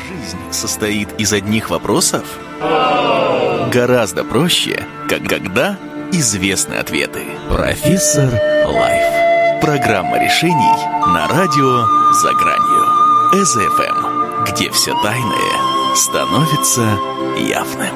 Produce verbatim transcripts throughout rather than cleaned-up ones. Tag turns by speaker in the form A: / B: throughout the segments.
A: Жизнь состоит из одних вопросов? Гораздо проще, как когда известны ответы. Профессор Лайф. Программа решений на радио «За гранью». эс эф эм, где все тайное становится явным.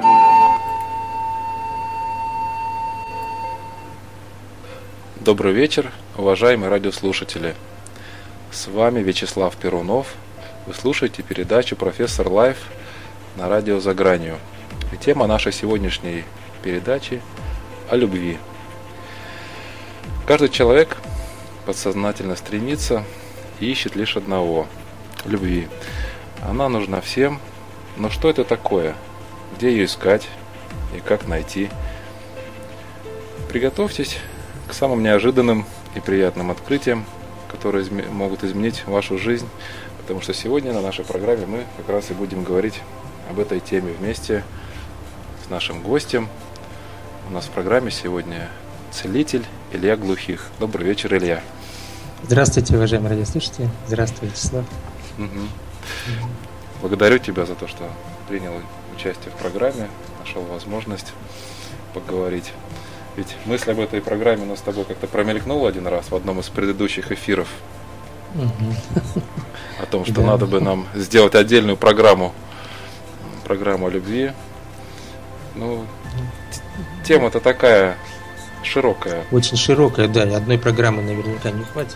B: Добрый вечер, уважаемые радиослушатели. С вами Вячеслав Перунов. Вы слушаете передачу «Профессор Лайф» на радио «За гранью». И тема нашей сегодняшней передачи о любви. Каждый человек подсознательно стремится и ищет лишь одного – любви. Она нужна всем, но что это такое? Где ее искать и как найти? Приготовьтесь к самым неожиданным и приятным открытиям, которые изме- могут изменить вашу жизнь, потому что сегодня на нашей программе мы как раз и будем говорить об этой теме вместе с нашим гостем. У нас в программе сегодня целитель Илья Глухих. Добрый вечер, Илья.
C: Здравствуйте, уважаемые радиослушатели. Здравствуй, Вячеслав.
B: Угу. Благодарю тебя за то, что принял участие в программе, нашел возможность поговорить. Ведь мысль об этой программе у нас с тобой как-то промелькнула один раз в одном из предыдущих эфиров. Угу. О том, что да. Надо бы нам сделать отдельную программу, программу о любви. Ну, тема-то такая широкая.
C: Очень широкая, да, и одной программы наверняка не хватит.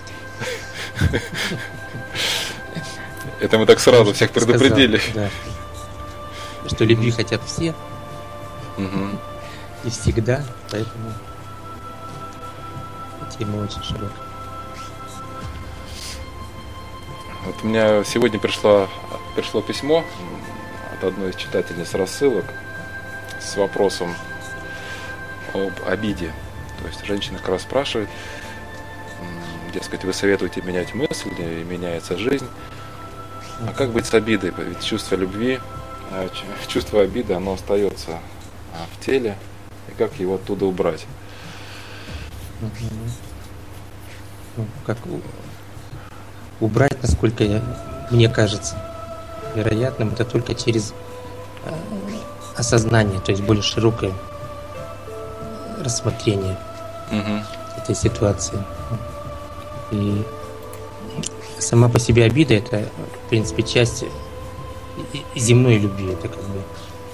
B: Это мы так сразу всех предупредили.
C: Что любви хотят все. И всегда, поэтому тема очень широкая.
B: Вот у меня сегодня пришло, пришло письмо от одной из читательниц рассылок с вопросом об обиде. То есть женщина как раз спрашивает, дескать, вы советуете менять мысли, и меняется жизнь. А как быть с обидой? Ведь чувство любви, чувство обиды, оно остается в теле. И как его оттуда убрать?
C: Ну, как убрать, насколько я, мне кажется вероятным, это только через э, осознание, то есть более широкое рассмотрение угу. этой ситуации. И сама по себе обида — это, в принципе, часть земной любви. Это как бы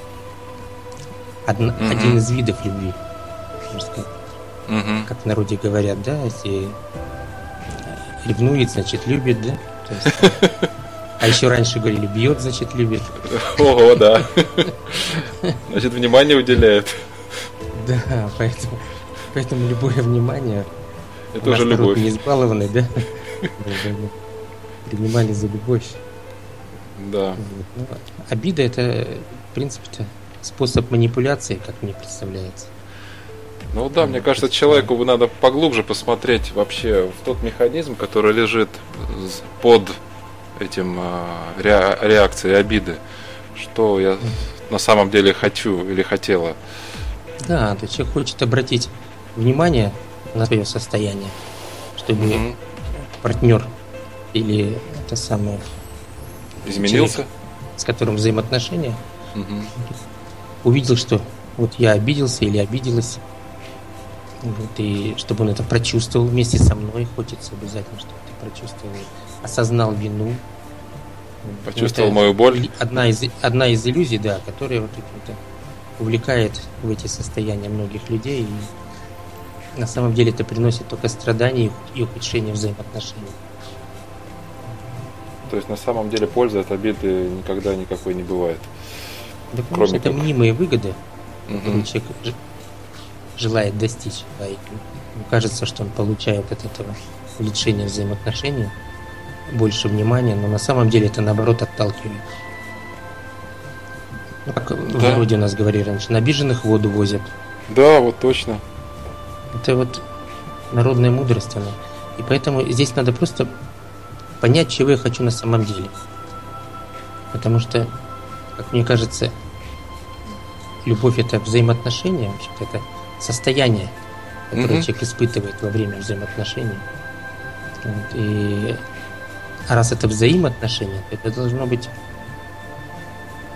C: Одна, uh-huh. один из видов любви, можно сказать. Uh-huh. Как в народе говорят, да, если ревнует, значит любит, да. То есть, а еще раньше говорили, бьет, значит любит.
B: Ого, да. Значит, внимание уделяет.
C: Да, поэтому, поэтому любое внимание.
B: Это уже любовь.
C: Не избалованный, да. Принимали за любовь.
B: Да.
C: Обида — это, в принципе-то, способ манипуляции, как мне представляется.
B: Ну да, мне кажется, человеку надо поглубже посмотреть вообще в тот механизм, который лежит под этим реакцией обиды. Что я на самом деле хочу или хотела.
C: Да, то человек хочет обратить внимание на свое состояние, чтобы mm-hmm. партнер или это самое
B: изменился,
C: человек, с которым взаимоотношения,
B: mm-hmm.
C: увидел, что вот я обиделся или обиделась, вот, и чтобы он это прочувствовал вместе со мной, хочется обязательно, чтобы ты прочувствовал, осознал вину.
B: Почувствовал это мою боль.
C: Одна из, одна из иллюзий, да, которая вот это увлекает в эти состояния многих людей, и на самом деле это приносит только страдания и ухудшение взаимоотношений.
B: То есть на самом деле пользы от обиды никогда никакой не бывает.
C: Да, конечно, это мнимые выгоды,
B: угу.
C: которые человек желает достичь. Да, и кажется, что он получает от этого улучшения взаимоотношений, больше внимания, но на самом деле это наоборот отталкивает. Ну, как да. в народе у нас говорили раньше, на обиженных воду возят.
B: Да, вот точно.
C: Это вот народная мудрость она. И поэтому здесь надо просто понять, чего я хочу на самом деле. Потому что, как мне кажется, любовь — это взаимоотношения, вообще-то это состояние, которое mm-hmm. человек испытывает во время взаимоотношений. Вот. И а раз это взаимоотношения, то это должно быть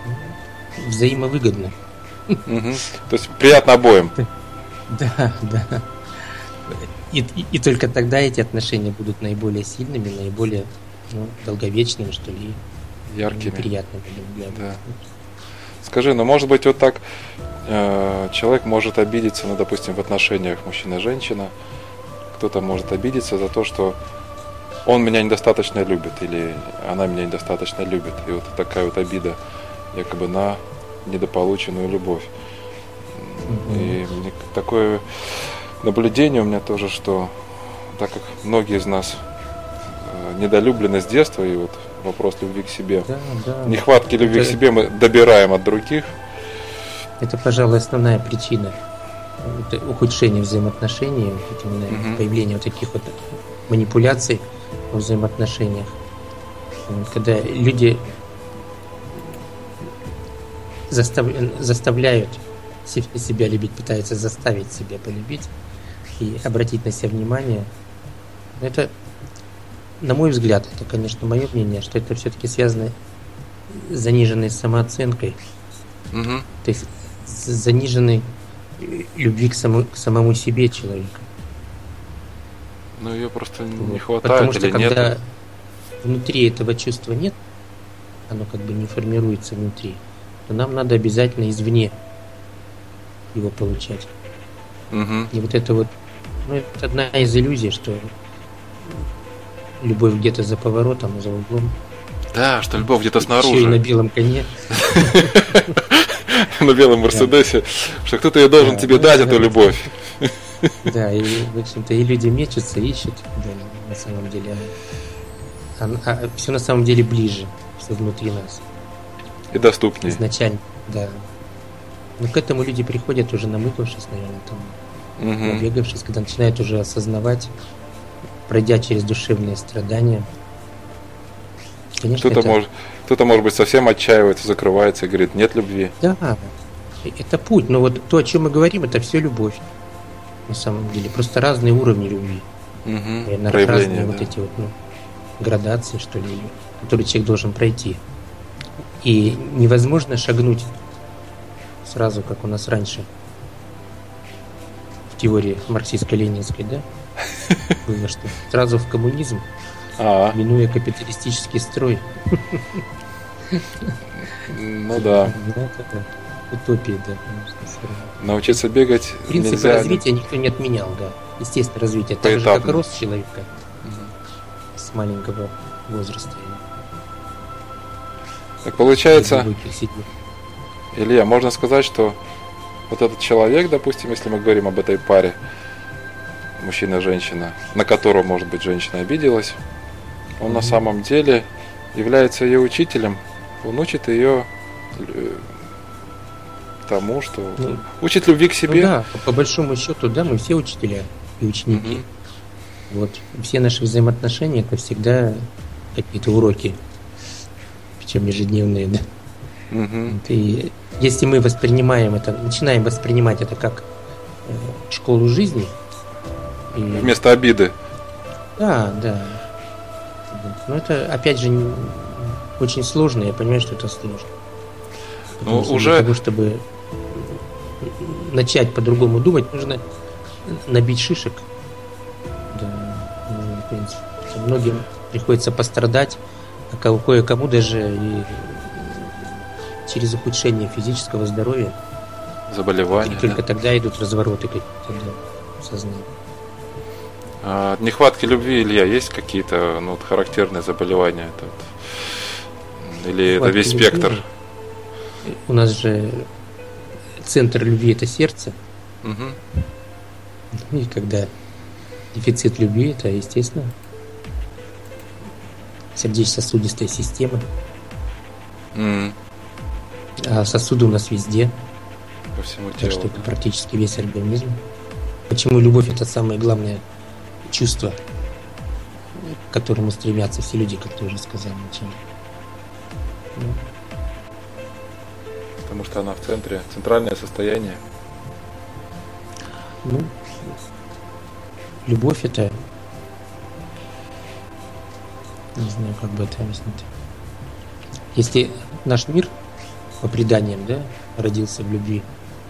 C: взаимовыгодно.
B: Угу. То есть приятно обоим.
C: Да, да. И, и, и только тогда эти отношения будут наиболее сильными, наиболее ну, долговечными, что ли,
B: яркими,
C: приятными.
B: Да. Скажи, ну может быть вот так э, человек может обидеться, ну допустим в отношениях мужчина и женщина, кто-то может обидеться за то, что он меня недостаточно любит или она меня недостаточно любит, и вот такая вот обида якобы на недополученную любовь. Mm-hmm. И мне такое наблюдение у меня тоже, что так как многие из нас недолюблены с детства, и вот вопрос любви к себе,
C: да, да.
B: нехватки любви
C: это,
B: к себе мы добираем от других.
C: Это, пожалуй, основная причина это ухудшения взаимоотношений, вот именно mm-hmm. появления вот таких вот манипуляций в взаимоотношениях. Когда люди застав... заставляют себя любить, пытаются заставить себя полюбить и обратить на себя внимание. Это, на мой взгляд, это, конечно, мое мнение, что это все-таки связано с заниженной самооценкой,
B: угу.
C: то есть с заниженной любви к, само... к самому себе человека.
B: Ну, ее просто
C: вот.
B: Не хватает.
C: Потому что
B: или
C: когда
B: нет?
C: внутри этого чувства нет, оно как бы не формируется внутри, то нам надо обязательно извне его получать.
B: Угу.
C: И вот это вот, ну, это одна из иллюзий, что любовь где-то за поворотом, за углом.
B: Да, что любовь где-то снаружи.
C: Еще и на белом коне.
B: На белом Мерседесе, что кто-то ее должен тебе дать, эту любовь.
C: Да, и, в общем-то, и люди мечутся, ищут, да, на самом деле. А, а все на самом деле ближе, все внутри нас.
B: И доступнее.
C: Изначально, да. Но к этому люди приходят уже намыкавшись, наверное, там, угу. набегавшись, когда начинают уже осознавать, пройдя через душевные страдания. Конечно,
B: кто-то,
C: это...
B: может, кто-то, может быть, совсем отчаивается, закрывается и говорит, нет любви.
C: Да, это путь. Но вот то, о чем мы говорим, это все любовь. На самом деле. Просто разные уровни любви.
B: Угу.
C: Разные да. вот эти вот ну, градации, что ли, которые человек должен пройти. И невозможно шагнуть сразу, как у нас раньше в теории марксистско-ленинской, да? Было, что сразу в коммунизм,
B: А-а.
C: минуя капиталистический строй.
B: Ну да.
C: Утопия, да.
B: Научиться бегать
C: принципы
B: нельзя.
C: развития никто не отменял, да. Естественно, развитие. Так же, как рост человека угу. с маленького возраста.
B: Так получается, Илья, можно сказать, что вот этот человек, допустим, если мы говорим об этой паре, мужчина и женщина, на которого, может быть, женщина обиделась, он mm-hmm. на самом деле является ее учителем, он учит ее тому, что ну, учит любви к себе.
C: Ну да, по, по большому счету, да, мы все учителя и ученики. Mm-hmm. Вот. Все наши взаимоотношения это всегда какие-то уроки, причем ежедневные, да.
B: Mm-hmm.
C: Вот. И если мы воспринимаем это, начинаем воспринимать это как э, школу жизни.
B: И... Вместо обиды.
C: Да, да. Но это, опять же, очень сложно, я понимаю, что это сложно.
B: Ну,
C: что
B: уже...
C: Для того, чтобы начать по-другому думать, нужно набить шишек. Да, ну, в принципе. Многим приходится пострадать, а кое-кому даже и через ухудшение физического здоровья.
B: Заболевания.
C: И только
B: да?
C: тогда идут развороты какие-то да, в сознании.
B: А от нехватки любви, Илья, есть какие-то ну, вот, характерные заболевания? Это вот, или нехватки это весь спектр?
C: Любви. У нас же центр любви это сердце.
B: Угу.
C: И когда дефицит любви, это, естественно, сердечно-сосудистая система.
B: Mm.
C: А сосуды у нас везде.
B: По всему телу.
C: Так что это практически весь организм. Почему любовь это самое главное чувство, к которому стремятся все люди, как ты уже сказал вначале. Ну.
B: Потому что она в центре, центральное состояние.
C: Ну, любовь это, не знаю, как бы это объяснить. Если наш мир по преданиям, да, родился в любви.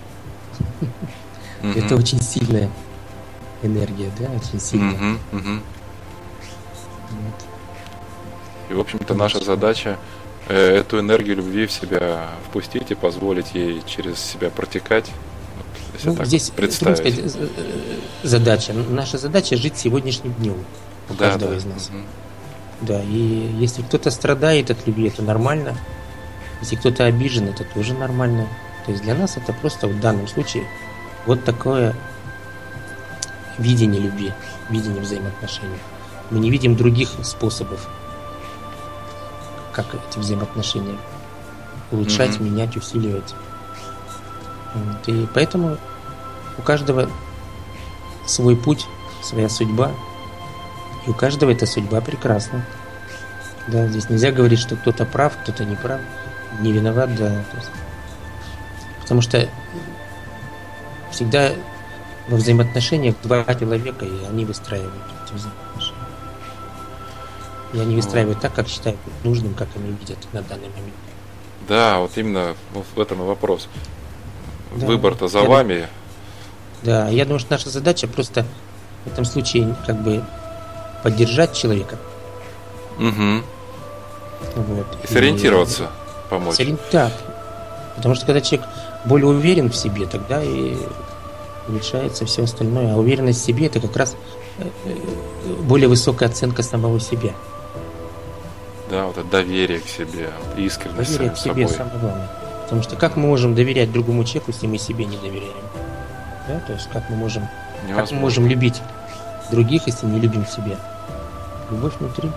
B: Мгм.
C: Это очень сильная энергия, да, очень сильная.
B: Мгм, мгм.
C: Вот.
B: И, в общем-то, наша задача э, эту энергию любви в себя впустить и позволить ей через себя протекать. Вот, если
C: Ну,
B: так
C: здесь,
B: вот
C: трудно
B: представить.
C: сказать, э, э, задача. Наша задача жить сегодняшним днем у
B: Да,
C: каждого
B: да.
C: из нас.
B: Мгм.
C: Да, и если кто-то страдает от любви, это нормально. Если кто-то обижен, это тоже нормально. То есть для нас это просто в данном случае вот такое видение любви, видение взаимоотношений. Мы не видим других способов, как эти взаимоотношения улучшать,
B: Мгм.
C: менять, усиливать. Вот. И поэтому у каждого свой путь, своя судьба, и у каждого эта судьба прекрасна. Да, здесь нельзя говорить, что кто-то прав, кто-то не прав, не виноват, да. То есть, потому что всегда во взаимоотношениях два человека, и они выстраивают эти взаимоотношения. И они выстраивают так, как считают нужным, как они видят на данный момент.
B: Да, вот именно вот в этом и вопрос.
C: Да.
B: Выбор-то за
C: Я
B: вами.
C: Да, я думаю, что наша задача просто в этом случае как бы поддержать человека.
B: Угу.
C: Вот,
B: И сориентироваться, помочь.
C: Сорин- Да, потому что когда человек более уверен в себе, тогда и улучшается все остальное. А уверенность в себе это как раз э, э, более высокая оценка самого себя.
B: Да, вот это доверие к себе, искренность
C: Доверие к
B: с
C: себе
B: собой.
C: самое главное. Потому что как мы можем доверять другому человеку, если мы себе не доверяем? Да, то есть как мы можем, как мы
B: Невозможно.
C: можем любить других, если не любим себя? Любовь внутри.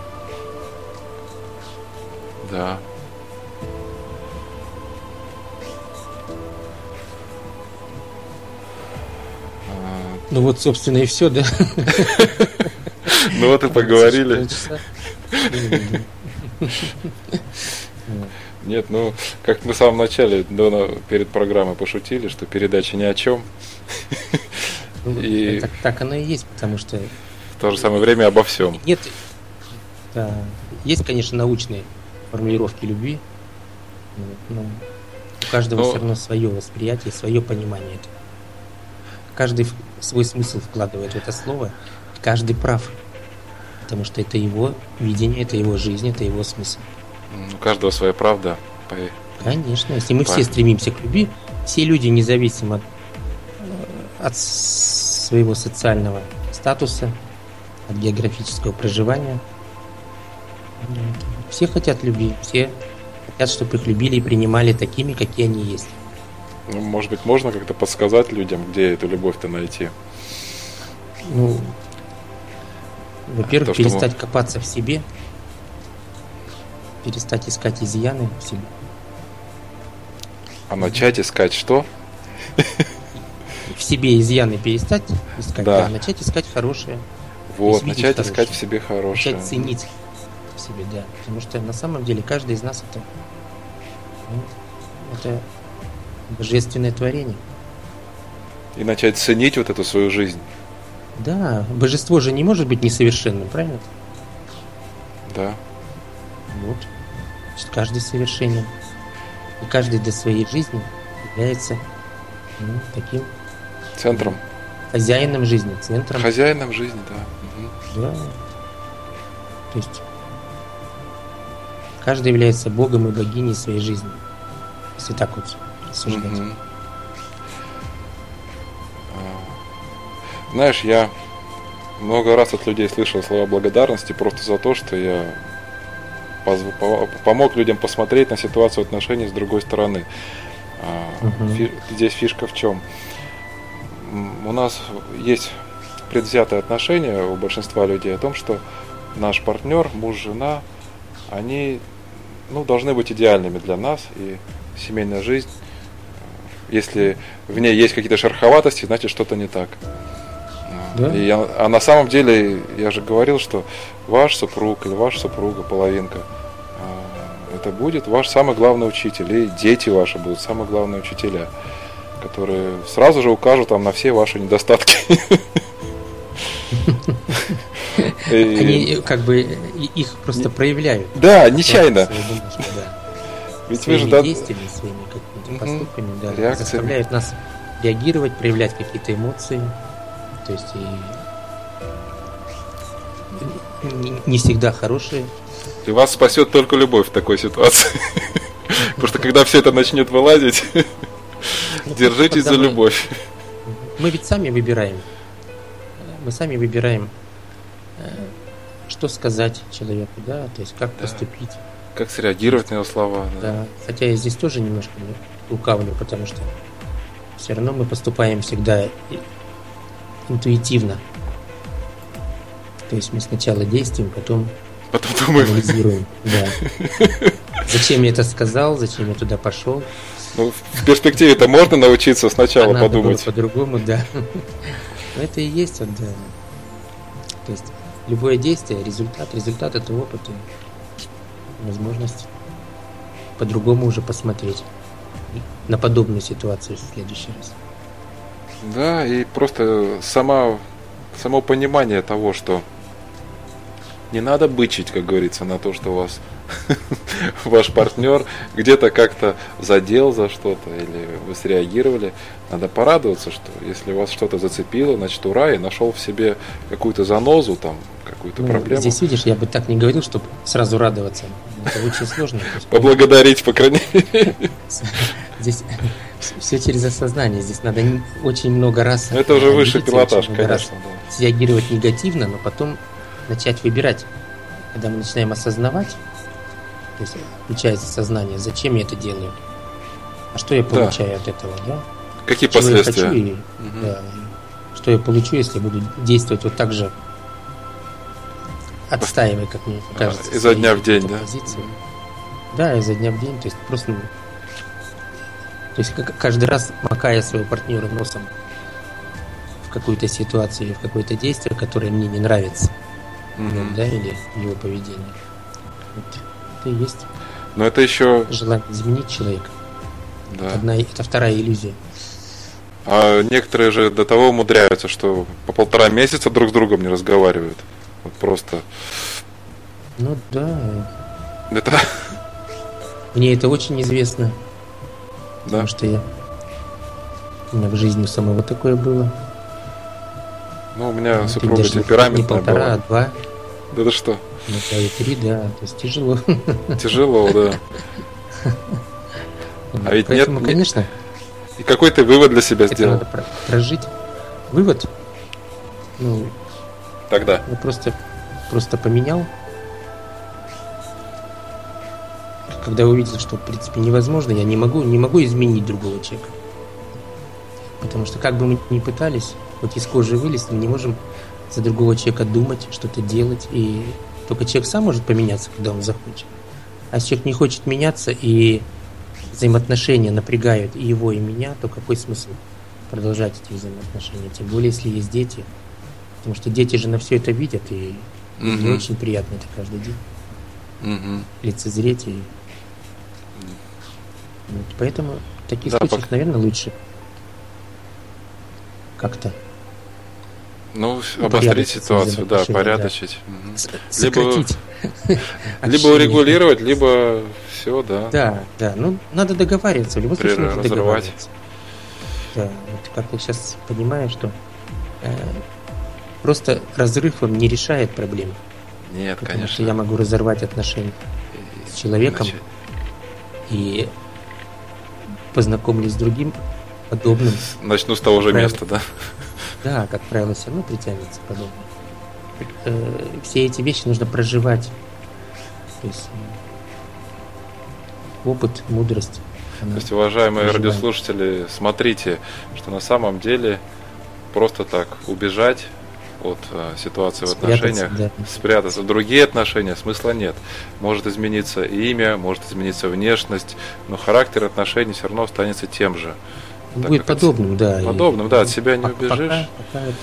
B: Да. А,
C: Ну вот, собственно, и все, да?
B: Ну вот и поговорили.
C: Полчаса.
B: Нет, ну, как мы в самом начале, до, на- перед программой пошутили, что передача ни о чем.
C: Ну,
B: И-
C: так, так оно и есть, потому что
B: В то же самое время обо всем.
C: нет, да, есть, конечно, научные формулировки любви, вот, но у каждого
B: Но-
C: все равно свое восприятие, свое понимание этого. Каждый в- свой смысл вкладывает в это слово, каждый прав, потому что это его видение, это его жизнь, это его смысл.
B: М, У каждого своя правда. По-
C: Конечно, если мы все
B: Правильно.
C: стремимся к любви, все люди, независимо от, э, от своего социального статуса, от географического проживания, вот, все хотят любви, все хотят, чтобы их любили и принимали такими, какие они есть.
B: Ну, может быть, можно как-то подсказать людям, где эту любовь-то найти?
C: Ну, во-первых,
B: То, что
C: перестать
B: мы-
C: копаться в себе, перестать искать изъяны в себе.
B: А начать искать что?
C: В себе изъяны перестать искать,
B: Да.
C: а начать искать хорошее.
B: Вот,
C: есть видеть
B: начать
C: хорошее.
B: искать в себе хорошее.
C: Начать ценить в себе, да. Потому что на самом деле каждый из нас это, ну, это божественное творение.
B: И начать ценить вот эту свою жизнь.
C: Да, божество же не может быть несовершенным, правильно?
B: Да.
C: Вот. Значит, каждый совершенен. И каждый для своей жизни является, ну, таким
B: Центром.
C: хозяином жизни, центром.
B: Хозяином жизни, да. Мгм.
C: Да. То есть каждый является богом и богиней своей жизни. Если так вот рассуждать.
B: Мгм. А, Знаешь, я много раз от людей слышал слова благодарности просто за то, что я позв- по- помог людям посмотреть на ситуацию отношений с другой стороны. А,
C: Мгм.
B: фи- Здесь фишка в чем? М, У нас есть предвзятое отношение у большинства людей о том, что наш партнер, муж, жена, они, ну, должны быть идеальными для нас, и семейная жизнь, если в ней есть какие-то шероховатости, значит что-то не так.
C: Да.
B: И я- а на самом деле, я же говорил, что ваш супруг или ваша супруга, половинка, а, это будет ваш самый главный учитель, и дети ваши будут самые главные учителя, которые сразу же укажут вам на все ваши недостатки. И-
C: Они как бы и- их просто проявляют.
B: Да, нечаянно.
C: Свои бумажки, да.
B: Ведь
C: своими
B: вы же, да,
C: действиями, своими какими-то
B: Мгм.
C: поступками, да,
B: Реакциями.
C: заставляют нас реагировать, проявлять какие-то эмоции. То есть и не- не всегда хорошие.
B: и вас спасет только любовь в такой ситуации. Потому что когда все это начнет вылазить,
C: Ну,
B: держитесь
C: когда
B: за
C: мы-
B: любовь.
C: Мы ведь сами выбираем. Мы сами выбираем, э, что сказать человеку, да, то есть как
B: Да.
C: поступить.
B: Как среагировать на его слова. да.
C: Да. Хотя я здесь тоже немножко лукавлю, потому что все равно мы поступаем всегда и- интуитивно. То есть мы сначала действуем, потом
B: Потом думаем,
C: анализируем. Да. Зачем я это сказал, зачем я туда пошел.
B: ну, в перспективе-то можно научиться сначала
C: А надо было
B: подумать.
C: по-другому, да. Но это и есть, вот, да. То есть любое действие, результат, результат это опыт и возможность по-другому уже посмотреть на подобную ситуацию в следующий раз.
B: Да, и просто сама, само понимание того, что не надо бычить, как говорится, на то, что у вас ваш партнер где-то как-то задел за что-то или вы среагировали. Надо порадоваться, что если вас что-то зацепило, значит, ура, и нашел в себе какую-то занозу, там, какую-то
C: Ну,
B: проблему.
C: здесь, видишь, я бы так не говорил, чтобы сразу радоваться. Это очень сложно. То есть,
B: Поблагодарить, по крайней мере.
C: здесь все через осознание. Здесь надо не- очень много раз
B: Это уже высший
C: обидеться,
B: пилотаж,
C: очень много раз
B: конечно. Да.
C: среагировать негативно, но потом начать выбирать. Когда мы начинаем осознавать, то есть включается сознание, зачем я это делаю, а что я получаю от этого, да?
B: Какие
C: Чего я хочу
B: последствия?
C: и, да, и что я получу, если буду действовать вот так же, отстаивая, как мне кажется,
B: изо
C: свои
B: дня в день,
C: какие-то
B: да?
C: позиции. Да, изо дня в день, то есть просто, ну, то есть как- каждый раз макая своего партнера носом в какую-то ситуацию или в какое-то действие, которое мне не нравится,
B: Мгм.
C: да, или его поведение. Вот. Это и есть
B: Но это еще,
C: желание изменить человека.
B: да.
C: Одна, это вторая иллюзия.
B: А некоторые же до того умудряются, что по полтора месяца друг с другом не разговаривают. Вот просто.
C: Ну да,
B: Это,
C: мне это очень известно,
B: да.
C: потому что я у меня в жизни у самого такое было.
B: Ну, у меня
C: Ну,
B: супруга
C: даже не
B: темпераментная
C: полтора, а
B: была.
C: два,
B: Да это что?
C: иногда и три, да, то есть тяжело.
B: Тяжело, да. А ведь нет-
C: Поэтому,
B: нет-
C: конечно,
B: И какой ты вывод для себя
C: это
B: сделал
C: надо про- прожить. Вывод, ну,
B: тогда?
C: я просто, просто поменял. Когда я увидел, что в принципе невозможно, я не могу, не могу изменить другого человека. Потому что как бы мы ни пытались, хоть из кожи вылезть, мы не можем за другого человека думать, что-то делать. И только человек сам может поменяться, когда он захочет. А если человек не хочет меняться, и взаимоотношения напрягают и его, и меня, то какой смысл продолжать эти взаимоотношения? Тем более, если есть дети. Потому что дети же на все это видят, и не
B: Мгм.
C: очень приятно это каждый день
B: Мгм.
C: лицезреть. И... Вот, поэтому в таких
B: Да,
C: случаях,
B: пок-
C: наверное, лучше как-то
B: Ну,
C: Ну,
B: обострить
C: порядочить
B: ситуацию, да,
C: взаимоотношения, да.
B: порядочить. Мгм.
C: с-
B: Либо-
C: сократить.
B: Либо
C: общение.
B: урегулировать, либо все, да.
C: Да, да, ну надо договариваться, в любом случае нужно
B: Разрывать.
C: договариваться. Да, вот как я сейчас понимаю, что э, просто разрыв он не решает проблем.
B: Нет,
C: Потому
B: конечно.
C: что я могу разорвать отношения с человеком
B: Иначе-
C: и познакомлюсь с другим подобным.
B: Начну с того же
C: Правильно.
B: места, да.
C: Да, как правило, все равно притянется подобное. Э, Все эти вещи нужно проживать. То есть э, опыт, мудрость. она-
B: То есть, уважаемые
C: Проживаем.
B: радиослушатели, смотрите, что на самом деле просто так убежать от э, ситуации в
C: Спрятаться,
B: отношениях,
C: да.
B: спрятаться в другие отношения смысла нет. Может измениться имя, может измениться внешность, но характер отношений все равно останется тем же. Так
C: Будет
B: как от-
C: подобным, да. и-
B: Подобным, да, от себя не
C: пока-
B: убежишь.
C: пока- пока это-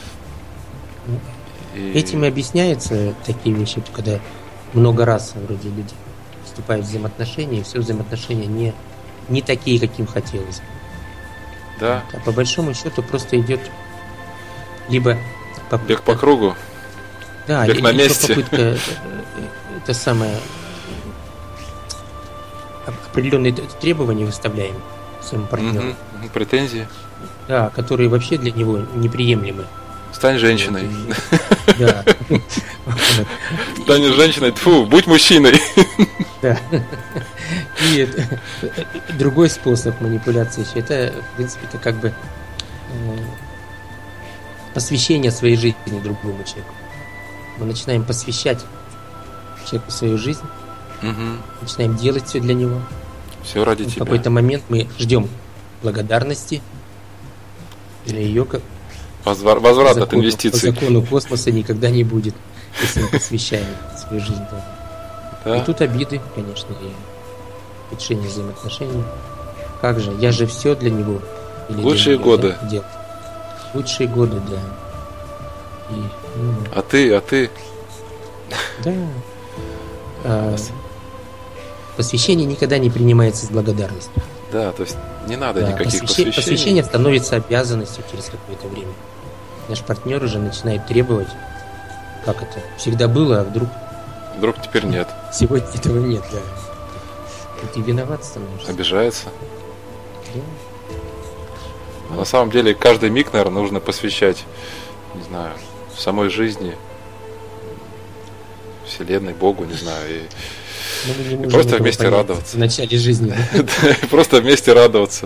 B: И-
C: Этим и объясняются такие вещи, когда много раз вроде люди вступают в взаимоотношения, и все взаимоотношения не, не такие, каким хотелось бы.
B: Да,
C: А по большому счету просто идет либо попытка-
B: бег по кругу.
C: да,
B: бег
C: ли-
B: на
C: либо
B: месте.
C: попытка э, э, это самое определенные требования выставляем своему партнеру.
B: Угу. Претензии.
C: Да, которые вообще для него неприемлемы.
B: Стань женщиной.
C: Вот, и, да.
B: Стань женщиной, тьфу, будь мужчиной.
C: Да. И это, другой способ манипуляции, это, в принципе, это как бы э, посвящение своей жизни другому человеку. Мы начинаем посвящать человеку свою жизнь,
B: угу.
C: начинаем делать все для него.
B: Все ради
C: и
B: тебя.
C: В какой-то момент мы ждем благодарности для ее, как
B: Возврат, возврат
C: закону,
B: от инвестиций.
C: По закону космоса никогда не будет, если мы посвящаем свою жизнь. Да. И тут обиды, конечно, и ухудшение взаимоотношений. Как же, я же все для него. Или
B: Лучшие
C: для
B: годы.
C: Да, делал. Лучшие годы, да. И, ну,
B: а ты, а ты?
C: Да. А, посвящение никогда не принимается с благодарностью.
B: Да, то есть не надо
C: да,
B: никаких
C: посвящение,
B: посвящений.
C: Посвящение становится обязанностью через какое-то время. Наш партнер уже начинает требовать, как это всегда было, а вдруг...
B: Вдруг теперь нет.
C: Сегодня этого нет, да. И ты виноват становишься.
B: Обижается.
C: Да.
B: А на самом деле каждый миг, наверное, нужно посвящать, не знаю, самой жизни, Вселенной, Богу, не знаю, и,
C: и
B: просто вместе радоваться.
C: В начале жизни.
B: Просто вместе радоваться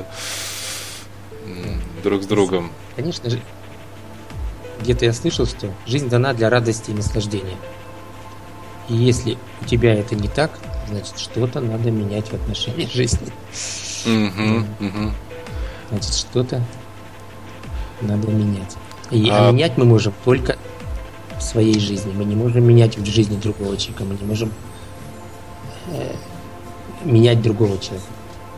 B: друг с другом.
C: Конечно же, где-то я слышал, что жизнь дана для радости и наслаждения. И если у тебя это не так, значит, что-то надо менять в отношении жизни. Значит, что-то надо менять. И а... менять мы можем только в своей жизни. Мы не можем менять в жизни другого человека. Мы не можем э, менять другого человека.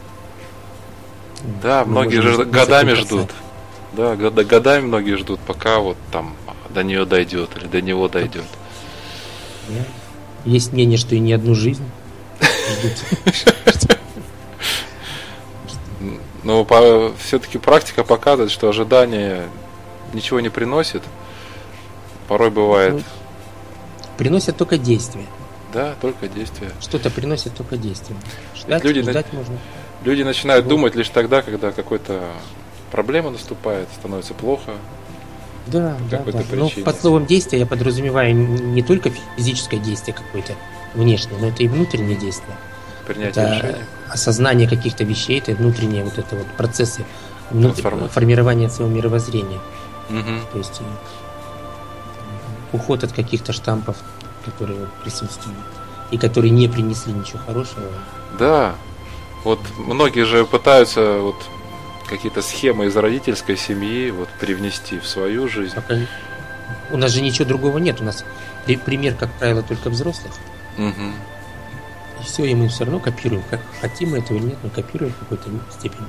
B: Да, мы многие же годами ждут. Да, годами многие ждут, пока вот там до нее дойдет или до него дойдет.
C: Да. Есть мнение, что и не одну жизнь ждут.
B: Но все-таки практика показывает, что ожидание ничего не приносит. Порой бывает. Ну,
C: приносят только действия.
B: Да, только действия.
C: Что-то приносит только действия. Ждать,
B: люди,
C: ждать на... можно.
B: Люди начинают вот. думать лишь тогда, когда какая-то проблема наступает, становится плохо.
C: Да, да, да. Но под словом действия я подразумеваю не только физическое действие какое-то внешнее, но это и внутреннее действие.
B: Принятие
C: это
B: решения.
C: Осознание каких-то вещей, это внутренние вот это вот процессы формирования своего мировоззрения.
B: Угу.
C: То есть уход от каких-то штампов, которые вот присутствуют и которые не принесли ничего хорошего.
B: Да. Вот многие же пытаются вот какие-то схемы из родительской семьи вот привнести в свою жизнь.
C: Пока... У нас же ничего другого нет. У нас пример, как правило, только взрослых.
B: Угу.
C: И все, и мы все равно копируем. Как хотим мы этого или нет, мы копируем в какой-то степени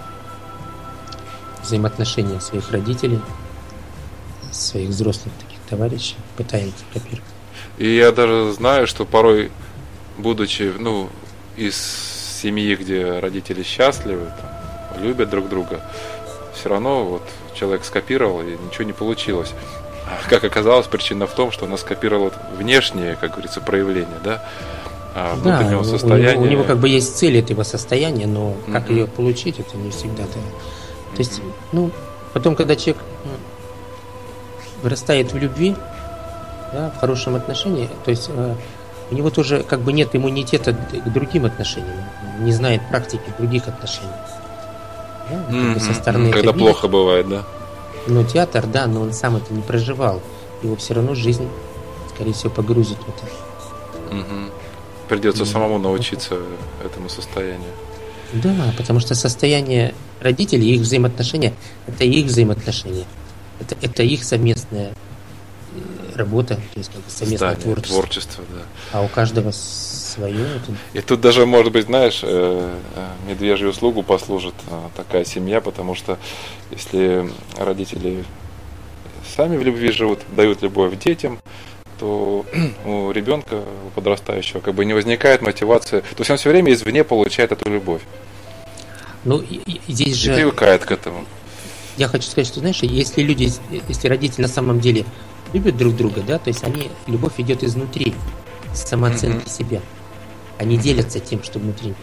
C: взаимоотношения своих родителей, своих взрослых таких товарищей, пытаемся копировать.
B: И я даже знаю, что порой, будучи, ну, из семьи, где родители счастливы, там, любят друг друга, все равно вот человек скопировал, и ничего не получилось. А как оказалось, причина в том, что он скопировал вот внешние, как говорится, проявления, да, внутреннего
C: да,
B: состояния.
C: У него, у него как бы есть цель этого состояния, но как mm-hmm. ее получить, это не всегда. Да. То есть, mm-hmm. ну, потом, когда человек вырастает в любви, да, в хорошем отношении, то есть э, у него тоже как бы нет иммунитета к другим отношениям, не знает практики других отношений. Да,
B: mm-hmm.
C: как бы со стороны
B: когда
C: видит,
B: плохо бывает, да.
C: Но театр, да, но он сам это не проживал. Его все равно жизнь, скорее всего, погрузит в это.
B: Mm-hmm. Придется mm-hmm. самому научиться этому состоянию.
C: Да, потому что состояние родителей, их взаимоотношения, это их взаимоотношения. Это, это их совместная работа, то есть как бы совместное
B: Здание,
C: творчество.
B: творчество, да.
C: А у каждого свое. Это...
B: И тут даже, может быть, знаешь, медвежью услугу послужит такая семья, потому что если родители сами в любви живут, дают любовь детям, то у ребенка, у подрастающего, как бы не возникает мотивации. То есть он все время извне получает эту любовь.
C: Ну, и, и здесь же...
B: И привыкает к этому.
C: Я хочу сказать, что, знаешь, если люди, если родители на самом деле любят друг друга, да, то есть они, любовь идет изнутри, с самооценки mm-hmm. себя. Они делятся тем, что внутри.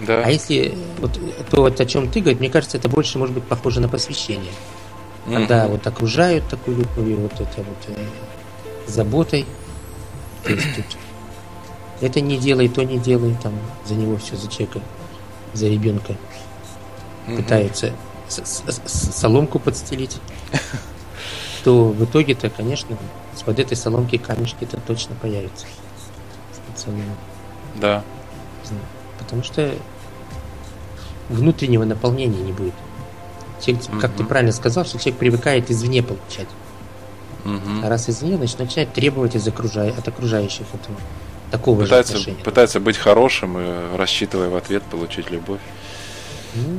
B: Да.
C: А если вот то, вот, о чем ты говоришь, мне кажется, это больше может быть похоже на посвящение. Mm-hmm. Когда вот окружают такую любовью, вот это вот э, заботой. То есть тут это не делай, то не делай, там за него все, за человека, за ребенка mm-hmm. пытаются с- с- с- соломку подстелить, то в итоге-то, конечно, с-под этой соломки камешки-то точно появятся.
B: Да.
C: Потому что внутреннего наполнения не будет. Человек, mm-hmm. как ты правильно сказал, что человек привыкает извне получать. Mm-hmm. А раз извне, значит, начинает требовать из окружа... от окружающих этого такого
B: пытается,
C: же отношения.
B: Пытается быть хорошим и рассчитывая в ответ получить любовь.
C: Mm-hmm.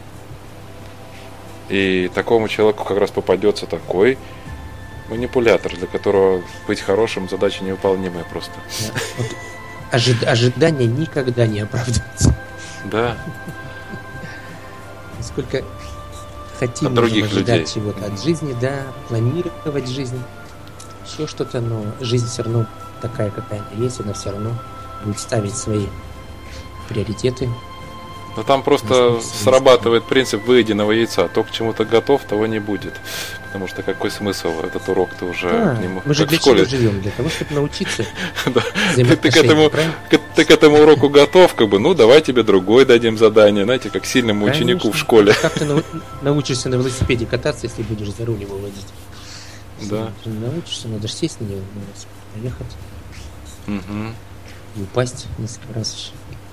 B: И такому человеку как раз попадется такой манипулятор, для которого быть хорошим задача невыполнимая просто.
C: Да. Вот ожид... Ожидания никогда не оправдываются.
B: Да.
C: Насколько хотим
B: от других
C: ожидать
B: людей.
C: Чего-то от жизни, да, планировать жизнь, еще что-то, но жизнь все равно такая, какая она есть, она все равно будет ставить свои приоритеты.
B: Но там просто срабатывает принцип выеденного яйца. То, к чему ты готов, того не будет. Потому что какой смысл этот урок ты уже
C: да,
B: к нему...
C: Мы же
B: как
C: для
B: в школе.
C: чего живем? Для того, чтобы научиться
B: ты, ты, к этому, к, ты к этому уроку готов, как бы, ну давай тебе другой дадим задание, знаете, как сильному
C: Конечно.
B: ученику в школе.
C: Как ты нау- научишься на велосипеде кататься, если будешь за руль его водить?
B: Да.
C: Ты не научишься, надо же сесть на него, поехать
B: Угу.
C: и упасть несколько раз еще.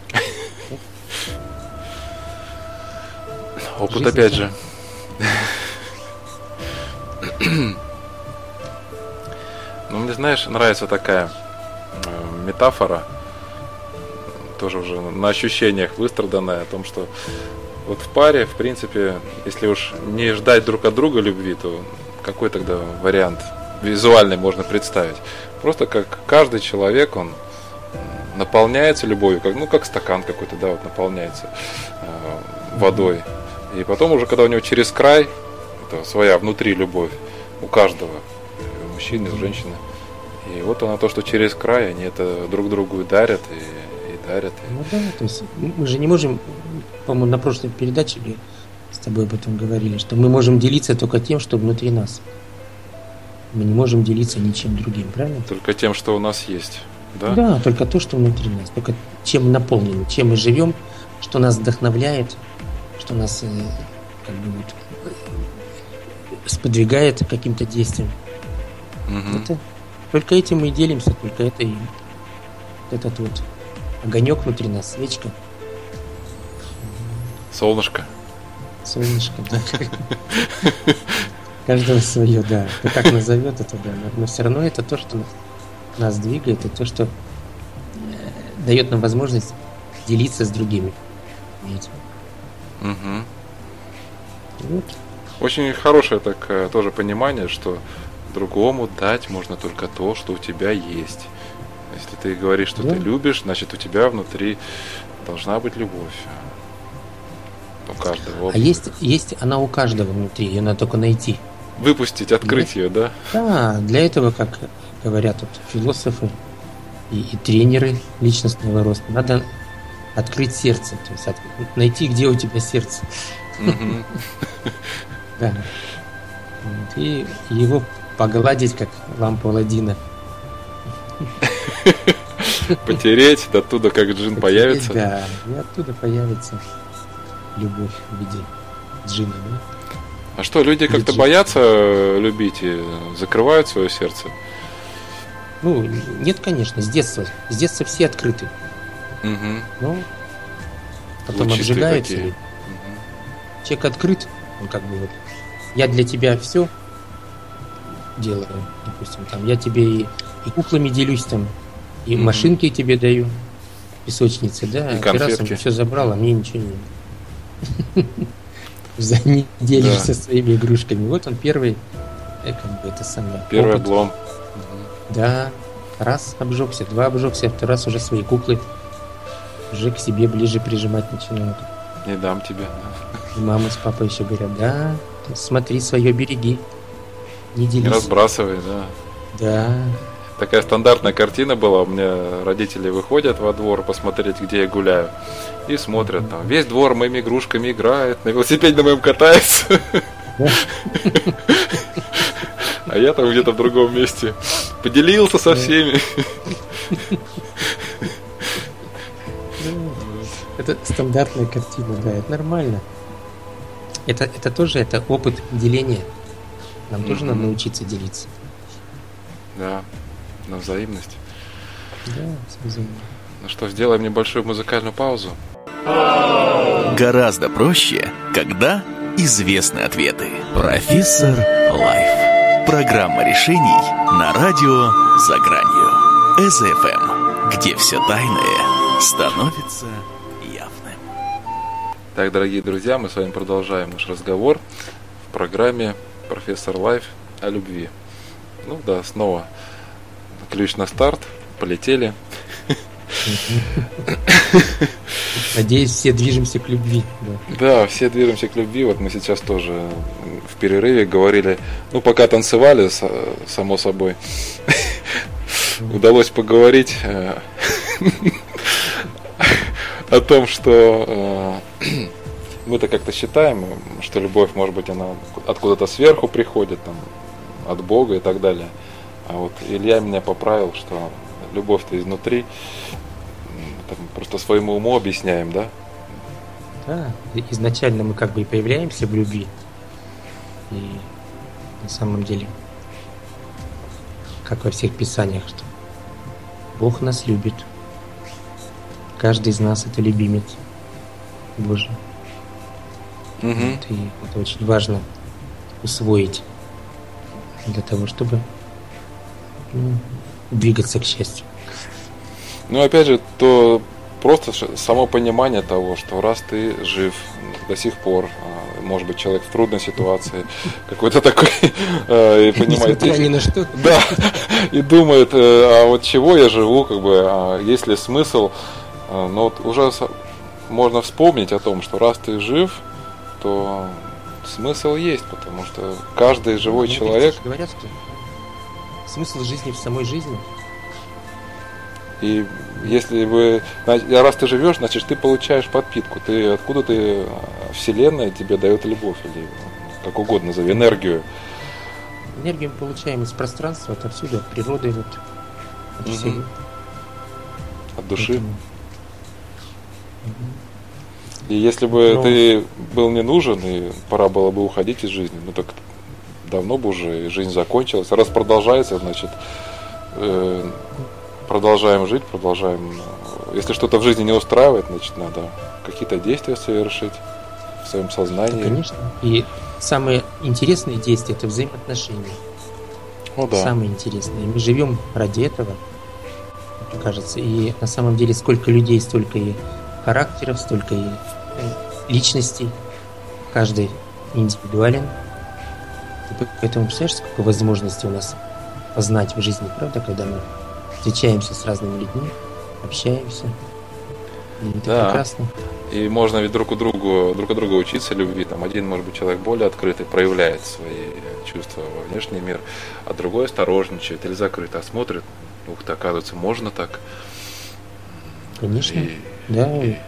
B: Опыт
C: Жизнь
B: опять
C: такая.
B: же. Ну, мне, знаешь, нравится такая э, метафора, тоже уже на ощущениях выстраданная, о том, что вот в паре, в принципе, если уж не ждать друг от друга любви, то какой тогда вариант визуальный можно представить? Просто как каждый человек, он наполняется любовью, как, ну, как стакан какой-то, да, вот наполняется э, водой. И потом уже, когда у него через край, это своя внутри любовь у каждого, у мужчины, у женщины. И вот она то, что через край, они это друг другу и дарят, и, и дарят. И...
C: Ну да, то есть мы же не можем, по-моему, на прошлой передаче с тобой об этом говорили, что мы можем делиться только тем, что внутри нас. Мы не можем делиться ничем другим, правильно?
B: Только тем, что у нас есть, да?
C: Да, только то, что внутри нас, только чем наполнены, чем мы живем, что нас вдохновляет, что нас как бы вот сподвигает к каким-то действиям.
B: Угу.
C: Это, только этим мы и делимся, только это и этот вот огонек внутри нас, свечка,
B: Солнышко.
C: солнышко. Да. Каждого свое, да. Кто как назовет это, да. Но, но все равно это то, что нас, нас двигает, это то, что э, дает нам возможность делиться с другими. Видите?
B: Угу.
C: Вот.
B: Очень хорошее так тоже понимание, что другому дать можно только то, что у тебя есть. Если ты говоришь, что
C: Да.
B: ты любишь, значит у тебя внутри должна быть любовь. У каждого.
C: А есть, есть она у каждого внутри, ее надо только найти.
B: Выпустить, открыть ее, да?
C: Да, для этого, как говорят вот философы и, и тренеры личностного роста, надо открыть сердце, то есть от- найти, где у тебя сердце.
B: Мгм.
C: Да. Вот, и его погладить, как лампу Аладдина.
B: Потереть, оттуда как джин появится.
C: Да, и оттуда появится любовь в виде джина. Да?
B: А что, люди как-то
C: Лежит.
B: боятся любить и закрывают свое сердце?
C: Ну, нет, конечно, с детства. С детства все открыты.
B: Угу.
C: Но потом
B: Лучистые
C: обжигаются.
B: такие.
C: и Человек открыт, он как бы вот, я для тебя все делаю, допустим, там, я тебе и, и куклами делюсь, там, и
B: Мгм.
C: машинки тебе даю, песочницы, да,
B: И
C: а ты раз
B: конфетки.
C: все забрал, а мне ничего не за не делишься
B: Да.
C: своими игрушками. Вот он первый, э, как бы это самое.
B: Первый
C: опыт.
B: облом.
C: Да, раз обжегся, два обжегся, второй раз уже свои куклы уже к себе ближе прижимать начинают.
B: Не дам тебе.
C: И мама с папой еще говорят, да, ты смотри, свое береги, не
B: Не
C: делись.
B: разбрасывай, да.
C: Да,
B: такая стандартная картина была. У меня родители выходят во двор посмотреть, где я гуляю. И смотрят, там весь двор моими игрушками играет, на велосипеде на моем катается. А я там где-то в другом месте поделился со всеми.
C: Это стандартная картина, да, это нормально. Это, это тоже это опыт деления. Нам mm-hmm. тоже надо научиться делиться.
B: Да, на взаимность.
C: Да, взаимность.
B: Ну что, сделаем небольшую музыкальную паузу.
A: Гораздо проще, когда известны ответы. Профессор Лайф. Программа решений на радио «За гранью». эс эф эм, где все тайное становится явным.
B: Так, дорогие друзья, мы с вами продолжаем наш разговор в программе «Профессор Лайф» о любви. Ну да, снова ключ на старт, полетели.
C: Надеюсь, все движемся к любви.
B: Да. да, все движемся к любви. Вот мы сейчас тоже в перерыве говорили, ну, пока танцевали, само собой, удалось поговорить о том, что мы-то как-то считаем, что любовь, может быть, она откуда-то сверху приходит, там, от Бога и так далее. А вот Илья меня поправил, что любовь-то изнутри. Там просто своему уму объясняем, да?
C: Да, изначально мы как бы и появляемся в любви. И на самом деле, как во всех писаниях, что Бог нас любит. Каждый из нас это любимец Божий.
B: Угу.
C: Вот, и это очень важно усвоить для того, чтобы ну, двигаться к счастью.
B: Ну, опять же, то просто само понимание того, что раз ты жив до сих пор, может быть, человек в трудной ситуации, какой-то такой, и понимает,
C: несмотря ни на что.
B: Да, и думает, а вот чего я живу, как бы, есть ли смысл, но вот уже можно вспомнить о том, что раз ты жив, то смысл есть, потому что каждый живой
C: ну,
B: человек...
C: Говорят, что смысл жизни в самой жизни.
B: И если бы, раз ты живешь, значит, ты получаешь подпитку. Ты откуда ты, Вселенная тебе дает любовь, или как угодно назови, энергию.
C: Энергию мы получаем из пространства, отовсюду, от природы, вот, от
B: угу.
C: всего.
B: От души.
C: Поэтому...
B: И если бы
C: Но...
B: ты был не нужен, и пора было бы уходить из жизни, ну так давно бы уже жизнь закончилась. Раз продолжается, значит... Э- Продолжаем жить, продолжаем. Если что-то в жизни не устраивает, значит, надо какие-то действия совершить в своем сознании.
C: Да, конечно. И самые интересные действия – это взаимоотношения.
B: Ну, да.
C: Самые интересные. Мы живем ради этого, мне кажется. И на самом деле сколько людей, столько и характеров, столько и личностей. Каждый индивидуален. И поэтому, представляешь, сколько возможностей у нас познать в жизни, правда, когда мы встречаемся с разными людьми, общаемся. И это
B: да.
C: прекрасно.
B: И можно ведь друг у друга, друг у друга учиться любви. Там один, может быть, человек более открытый, проявляет свои чувства во внешний мир, а другой осторожничает или закрыто, а смотрит, ух ты, оказывается, можно так.
C: Конечно,
B: и,
C: да.
B: И...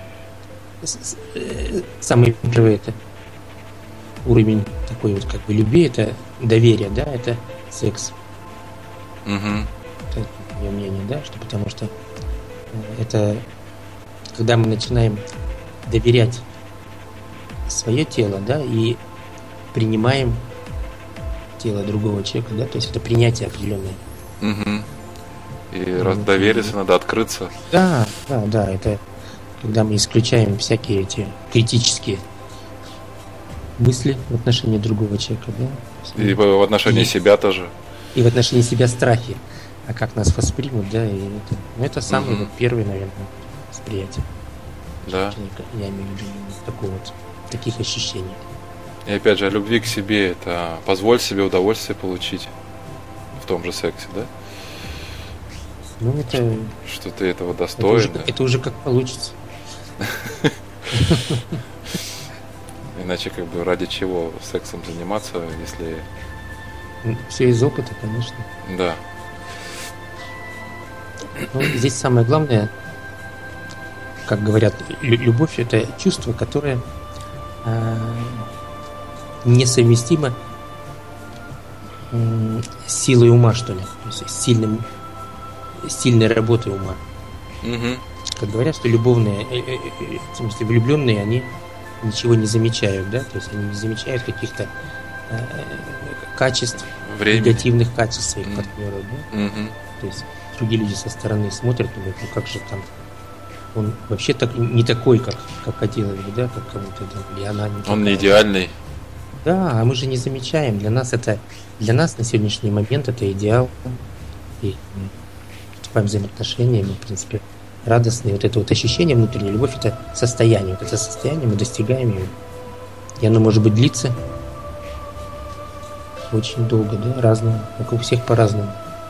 C: Самый первый это уровень такой вот как бы любви, это доверие, да, это секс.
B: Угу.
C: Это мое мнение, да, что потому что это когда мы начинаем доверять свое тело, да, и принимаем тело другого человека, да, то есть это принятие определенное.
B: Угу. И раз довериться, надо открыться.
C: Да, да, да, это когда мы исключаем всякие эти критические мысли в отношении другого человека, да.
B: И в отношении и, себя тоже.
C: И в отношении себя страхи. А как нас воспримут, да, и это, ну, это самый угу. вот первый, наверное, восприятие.
B: Да.
C: Я имею в виду такого вот, таких ощущений.
B: И опять же, о любви к себе, это позволь себе удовольствие получить в том же сексе, да?
C: Ну, это...
B: Что, что ты этого достоин.
C: Это уже, это уже как получится.
B: Иначе, как бы, ради чего сексом заниматься, если...
C: Все из опыта, конечно.
B: Да.
C: Ну, здесь самое главное, как говорят, любовь – это чувство, которое э, несовместимо э, с силой ума, что ли, то есть с, сильным, с сильной работой ума.
B: Угу.
C: Как говорят, что любовные, э, э, э, в смысле влюбленные, они ничего не замечают, да, то есть они не замечают каких-то э, качеств,
B: Время.
C: негативных качеств своих
B: Mm.
C: партнеров, да.
B: Угу.
C: То есть другие люди со стороны смотрят, думают, ну как же там, он вообще так не такой, как, как хотелось бы, да, как кому-то там, или она не
B: Он не
C: такая.
B: идеальный.
C: Да, а мы же не замечаем. Для нас это, для нас на сегодняшний момент это идеал. И мы вступаем в взаимоотношения, мы, в принципе, радостные. Вот это вот ощущение внутренней любовь, это состояние. Вот это состояние, мы достигаем его. И оно может быть длиться очень долго, да, разное. Как у всех по-разному.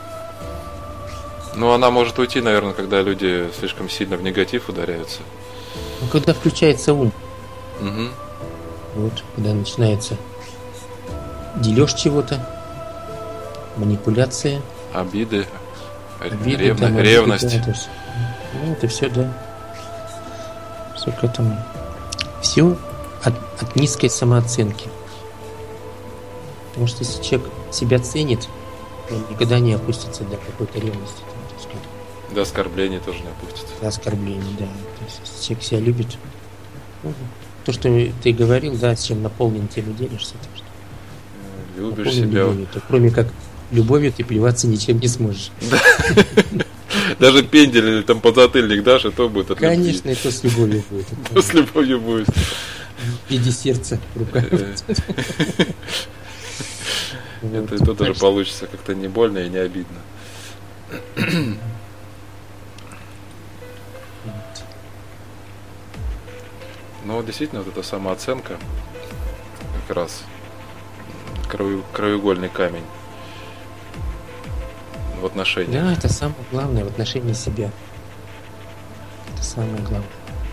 B: Ну, она может уйти, наверное, когда люди слишком сильно в негатив ударяются.
C: Но когда включается ум,
B: Угу.
C: вот, когда начинается дележ чего-то, манипуляции,
B: Обиды,
C: обиды,
B: ревно-
C: там, обиды,
B: ревность.
C: да, это все, ну, это все, да, все к этому. Все от, от низкой самооценки. Потому что если человек себя ценит, он никогда не опустится до какой-то ревности, там, так сказать,
B: До оскорблений тоже не опустится.
C: до оскорблений, да. То есть, если человек себя любит, ну, то, что ты говорил, да, с чем наполнен, тем и делишься. Так что
B: Любишь
C: наполнен
B: себя.
C: любовью, то кроме как любовью ты плеваться ничем не сможешь.
B: Даже пендель или там подзатыльник дашь, и то будет от любви.
C: Конечно, и то с любовью будет.
B: То с любовью будет.
C: В виде сердца в руках. Вот.
B: Это и то тоже
C: Так что,
B: получится как-то не больно и не обидно.
C: вот.
B: Но вот действительно вот эта самооценка как раз краю- краеугольный камень в отношениях.
C: Да, это самое главное в отношении себя. Это самое главное.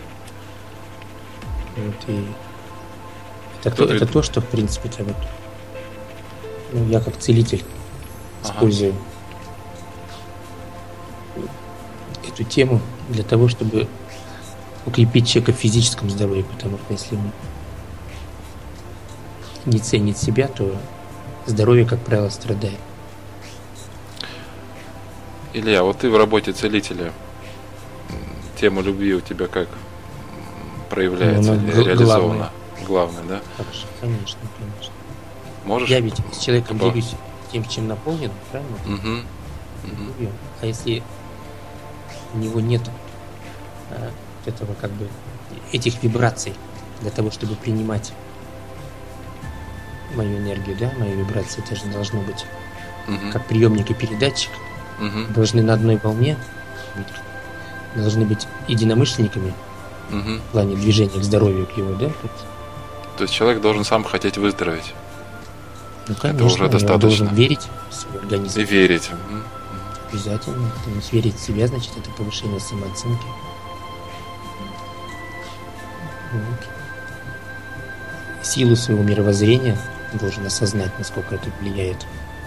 C: Вот, и это,
B: Кто
C: то, это
B: ты?
C: то, что в принципе это вот, ну, я как целитель
B: Ага.
C: использую эту тему для того, чтобы укрепить человека в физическом здоровье, потому что если он не ценит себя, то здоровье, как правило, страдает.
B: Илья, вот ты в работе целителя, м, тема любви у тебя как м, проявляется,
C: Ну, она
B: или
C: г-
B: реализована? Главное, да?
C: Хорошо, конечно, конечно.
B: Можешь?
C: Я ведь с человеком
B: По-
C: делюсь тем, чем наполнен, правильно?
B: Мгм. Мгм.
C: Любовью. А если у него нет а, вот этого как бы этих вибраций для того, чтобы принимать мою энергию, да, мои вибрации, это же должно быть
B: Мгм.
C: как приемник и передатчик,
B: Мгм.
C: должны на одной волне быть, должны быть единомышленниками
B: Мгм.
C: в плане движения к здоровью, к его, да? Вот.
B: То есть человек должен сам хотеть выздороветь
C: Ну, конечно,
B: уже
C: он
B: достаточно.
C: должен верить в свой организм.
B: и верить. Мгм.
C: Обязательно. То есть верить в себя, значит, это повышение самооценки. Вот. Силу своего мировоззрения должен осознать, насколько это влияет.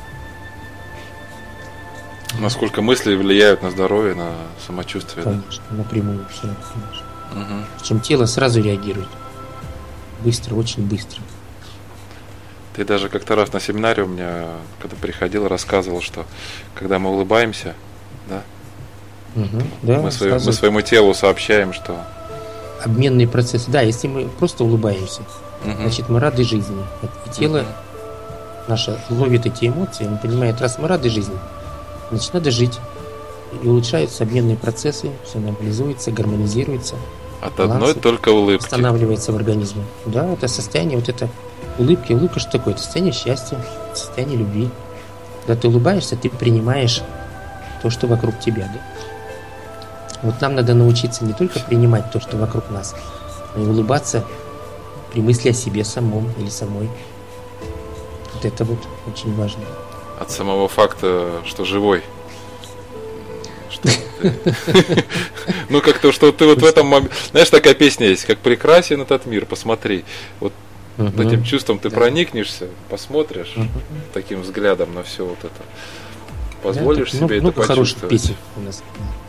B: Насколько мысли влияют на здоровье, на самочувствие. Да?
C: Конечно, напрямую все, конечно.
B: Мгм.
C: Причем тело сразу реагирует. Быстро, очень быстро.
B: Ты даже как-то раз на семинаре у меня, когда приходил, рассказывал, что когда мы улыбаемся, да,
C: Угу. Да,
B: мы, своему,
C: сразу
B: мы своему телу сообщаем, что
C: обменные процессы. Да, если мы просто улыбаемся,
B: Мгм.
C: значит, мы рады жизни. И тело
B: Мгм.
C: наше ловит эти эмоции, он понимает, раз мы рады жизни, значит, надо жить. И улучшаются обменные процессы, все нормализуется, гармонизируется,
B: от
C: баланс
B: одной только улыбки.
C: восстанавливается в организме. Да, это состояние вот это улыбки. Улыбка что такое? Это состояние счастья, состояние любви. Когда ты улыбаешься, ты принимаешь то, что вокруг тебя. Да? Вот нам надо научиться не только принимать то, что вокруг нас, но и улыбаться при мысли о себе самом или самой. Вот это вот очень важно.
B: От самого факта, что живой. Что ты- Ну, как-то, что ты вот в этом мом- знаешь, такая песня есть, как прекрасен этот мир, посмотри. Вот
C: Мгм.
B: этим чувством ты
C: Да.
B: проникнешься, посмотришь
C: Мгм.
B: таким взглядом на все вот это. позволишь
C: да,
B: себе
C: много,
B: это
C: много
B: почувствовать.
C: Хороших песен у нас.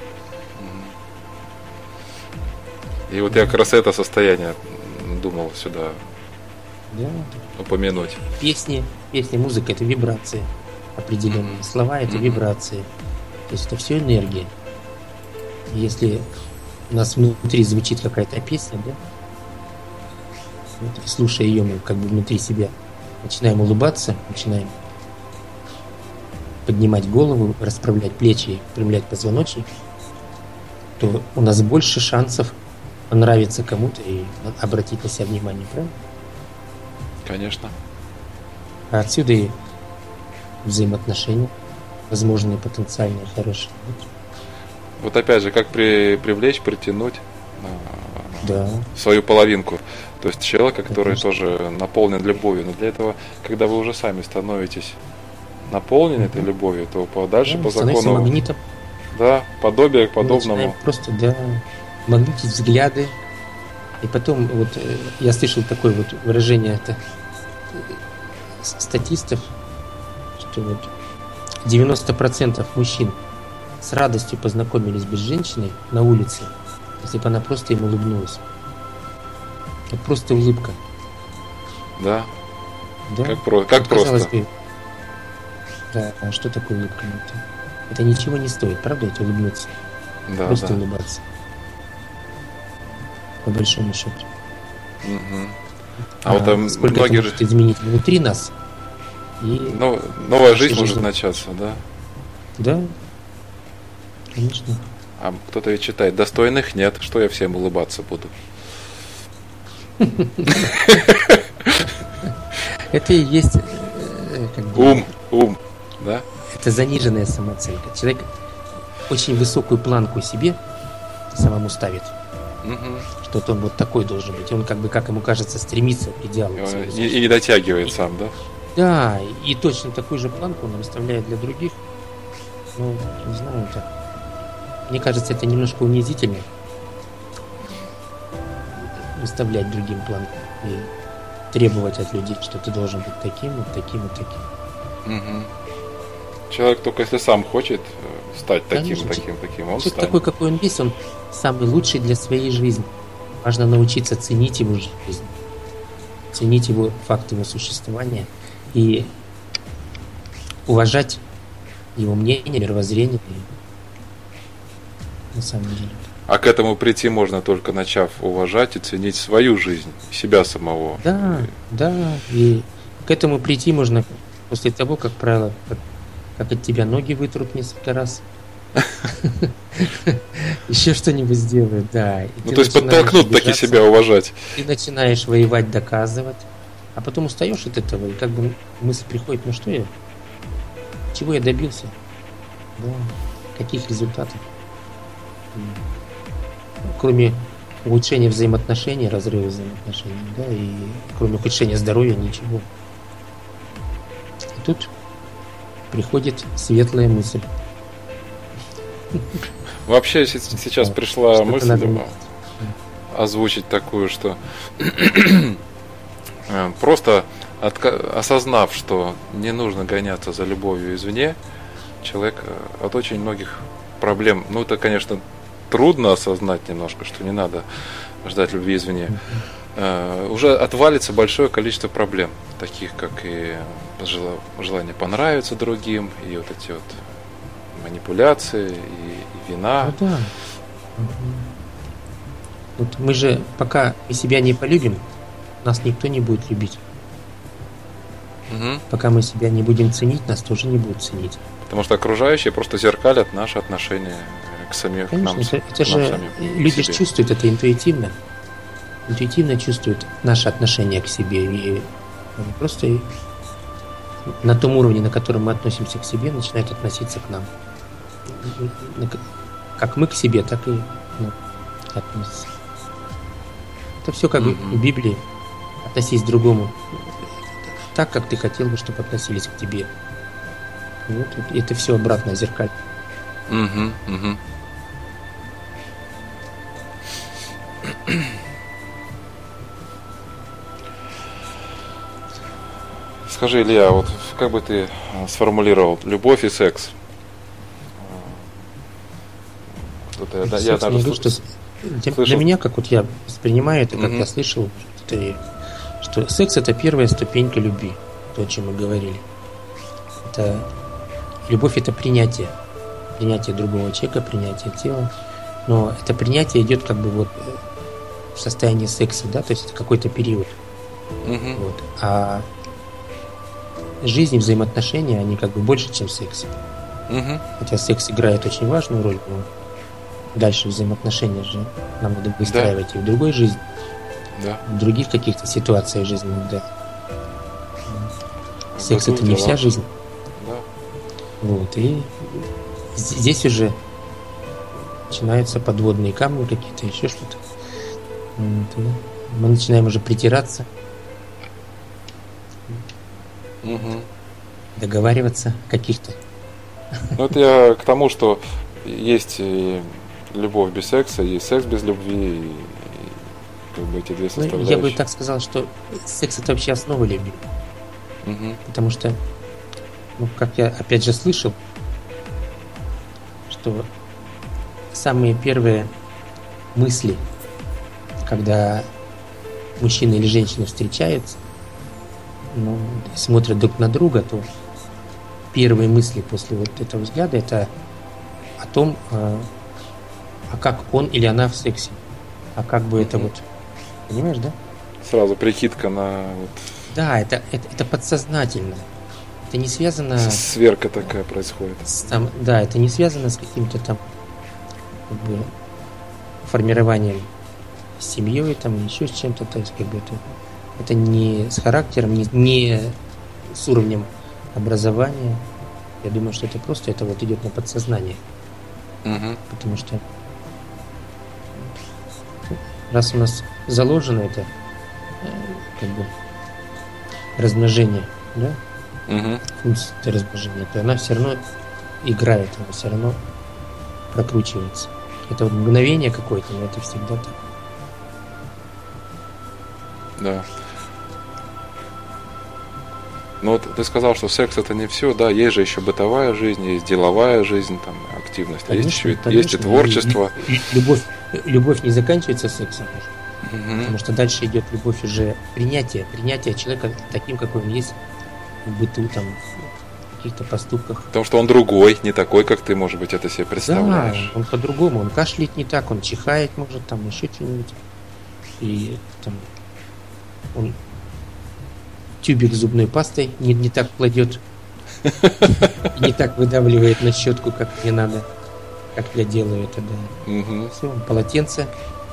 B: И вот я как раз это состояние думал сюда
C: Да.
B: упомянуть.
C: Песни, песни, музыка – это вибрации определенные.
B: Мгм.
C: Слова – это
B: Мгм.
C: вибрации. То есть это все энергия. Если у нас внутри звучит какая-то песня, да, вот, и слушая ее, мы как бы внутри себя начинаем улыбаться, начинаем поднимать голову, расправлять плечи, выпрямлять позвоночник, то у нас больше шансов понравиться кому-то и обратить на себя внимание, правильно?
B: Конечно.
C: А отсюда и взаимоотношения, возможные, потенциальные, хорошие.
B: Вот опять же, как при, привлечь, притянуть а,
C: Да.
B: свою половинку. То есть человека, который
C: Конечно.
B: тоже наполнен любовью. Но для этого, когда вы уже сами становитесь наполнены этой любовью, то по- дальше
C: Да,
B: по
C: становимся
B: закону,
C: магнитом.
B: да, подобие к
C: Мы
B: подобному.
C: начинаем просто, да, магнитить взгляды. И потом, вот э, я слышал такое вот выражение это э, с- статистов, что вот девяносто процентов мужчин с радостью познакомились бы с женщиной на улице, если бы она просто им улыбнулась. Вот просто улыбка.
B: Да,
C: Да?
B: как, про, как
C: Вот, казалось
B: просто.
C: бы, да, а что такое улыбка? Ну, Это, это ничего не стоит, правда, ведь улыбнуться?
B: Да,
C: Просто
B: да.
C: улыбаться. По большому счету.
B: Мгм. А вот там
C: сколько
B: многие
C: это
B: же-
C: может изменить внутри нас. И
B: Ну, новая жизнь
C: Жизнь.
B: может начаться, да?
C: да, конечно.
B: А кто-то ведь читает, достойных нет, что я всем улыбаться буду.
C: Это и есть э, как бы,
B: Ум, ум, да?
C: это заниженная самооценка. Человек очень высокую планку себе самому ставит,
B: Мгм.
C: что вот он вот такой должен быть. Он как бы, как ему кажется, стремится к идеалу.
B: И,
C: своего
B: и- и не дотягивает сам, да?
C: Да, и точно такую же планку он выставляет для других. Ну, не знаю, это... Мне кажется, это немножко унизительно. Выставлять другим планку и требовать от людей, что ты должен быть таким, вот таким, вот таким.
B: Мгм. Человек только если сам хочет э, стать таким,
C: Конечно.
B: таким, таким, он
C: Человек
B: станет.
C: такой, какой он есть, он самый лучший для своей жизни. Важно научиться ценить его жизнь, ценить его факт его существования и уважать его мнение, мировоззрение. На самом деле.
B: А к этому прийти можно только начав уважать и ценить свою жизнь, себя самого.
C: Да, да, и к этому прийти можно после того, как правило, как, как от тебя ноги вытрут несколько раз. Еще что-нибудь сделают, да. И
B: Ну,
C: ты
B: то есть
C: начинаешь
B: подтолкнуть таки
C: обижаться,
B: себя уважать.
C: ты начинаешь воевать, доказывать, а потом устаешь от этого, и как бы мысль приходит, ну что я, чего я добился, да, каких результатов. М. Кроме улучшения взаимоотношений, разрыва взаимоотношений, да, и кроме ухудшения здоровья ничего. И тут приходит светлая мысль.
B: Вообще се- сейчас
C: Да,
B: пришла
C: что-то
B: мысль
C: надо
B: э,
C: менять.
B: озвучить такую, что э, просто отка- осознав, что не нужно гоняться за любовью извне, человек э, от очень многих проблем, ну это, конечно, трудно осознать немножко, что не надо ждать любви извне, э, уже отвалится большое количество проблем, таких как и жела- желание понравиться другим, и вот эти вот манипуляции, и, и вина.
C: Ну да. Мгм. Вот мы же, пока мы себя не полюбим, нас никто не будет любить.
B: Мгм.
C: Пока мы себя не будем ценить, нас тоже не будут ценить.
B: Потому что окружающие просто зеркалят наши отношения э, к самим к
C: Конечно,
B: нам,
C: это,
B: к
C: это
B: нам
C: же
B: самим, к
C: люди ж
B: себе.
C: чувствуют это интуитивно. Интуитивно чувствуют наше отношение к себе. И они просто и на том уровне, на котором мы относимся к себе, начинают относиться к нам. И- и- Как мы к себе, так и ну, относятся. Это все как
B: Мгм.
C: в Библии. Относись к другому так, как ты хотел бы, чтобы относились к тебе. Вот, вот это все обратно зеркаль.
B: Мгм, мгм. Скажи, Илья, вот как бы ты э, сформулировал любовь и секс? да,
C: секс,
B: я даже
C: говорю,
B: слышал.
C: что для, для меня, как вот я воспринимаю это, как угу. я слышал, что, что секс это первая ступенька любви, то, о чем мы говорили. Это любовь это принятие, принятие другого человека, принятие тела, но это принятие идет как бы вот в состоянии секса, да, то есть это какой-то период. Угу. Вот. А жизнь и взаимоотношения, они как бы больше, чем секс. Угу. Хотя секс играет очень важную роль, но дальше взаимоотношения же нам надо выстраивать да. и в другой жизни, да. в других каких-то ситуациях жизненных, да. Секс это не дела. Вся жизнь.
B: Да.
C: Вот. И здесь уже начинаются подводные камни какие-то, еще что-то. Вот. Мы начинаем уже притираться,
B: угу.
C: договариваться каких-то.
B: Ну, это я к тому, что есть и любовь без секса, есть секс без любви, и, как бы эти две составляющие.
C: Я бы так сказал, что секс это вообще основа любви.
B: Угу.
C: Потому что, ну, как я опять же слышал, что самые первые мысли, когда мужчина или женщина встречаются, ну, смотрят друг на друга, то первые мысли после вот этого взгляда это о том, а, а как он или она в сексе, а как бы mm-hmm. это вот, понимаешь, да?
B: Сразу прикидка на вот.
C: Да, это, это, это подсознательно. Это не связано...
B: Сверка такая происходит.
C: С, там, да, это не связано с каким-то там как бы, формированием семьей там, еще с чем-то. То есть, как бы это, это не с характером, не, не с уровнем образования. Я думаю, что это просто это вот идет на подсознание.
B: Угу.
C: Потому что раз у нас заложено это как бы размножение, да?
B: Угу.
C: Функция размножения, то она все равно играет, она все равно прокручивается. Это вот мгновение какое-то, но это всегда так.
B: Да. Ну вот ты сказал, что секс это не все, да, есть же еще бытовая жизнь, есть деловая жизнь, там, активность, конечно, есть еще конечно. Есть и творчество.
C: Любовь, любовь не заканчивается сексом,
B: угу.
C: потому что дальше идет любовь уже принятие, принятие человека таким, какой он есть в быту, там, в каких-то поступках.
B: Потому что он другой, не такой, как ты, может быть, это себе представляешь.
C: Да, он по-другому, он кашляет не так, он чихает, может, там, еще что-нибудь. И там он тюбик с зубной пастой не, не так кладет, не так выдавливает на щетку, как мне надо, как я делаю это, да.
B: Угу.
C: Все, полотенце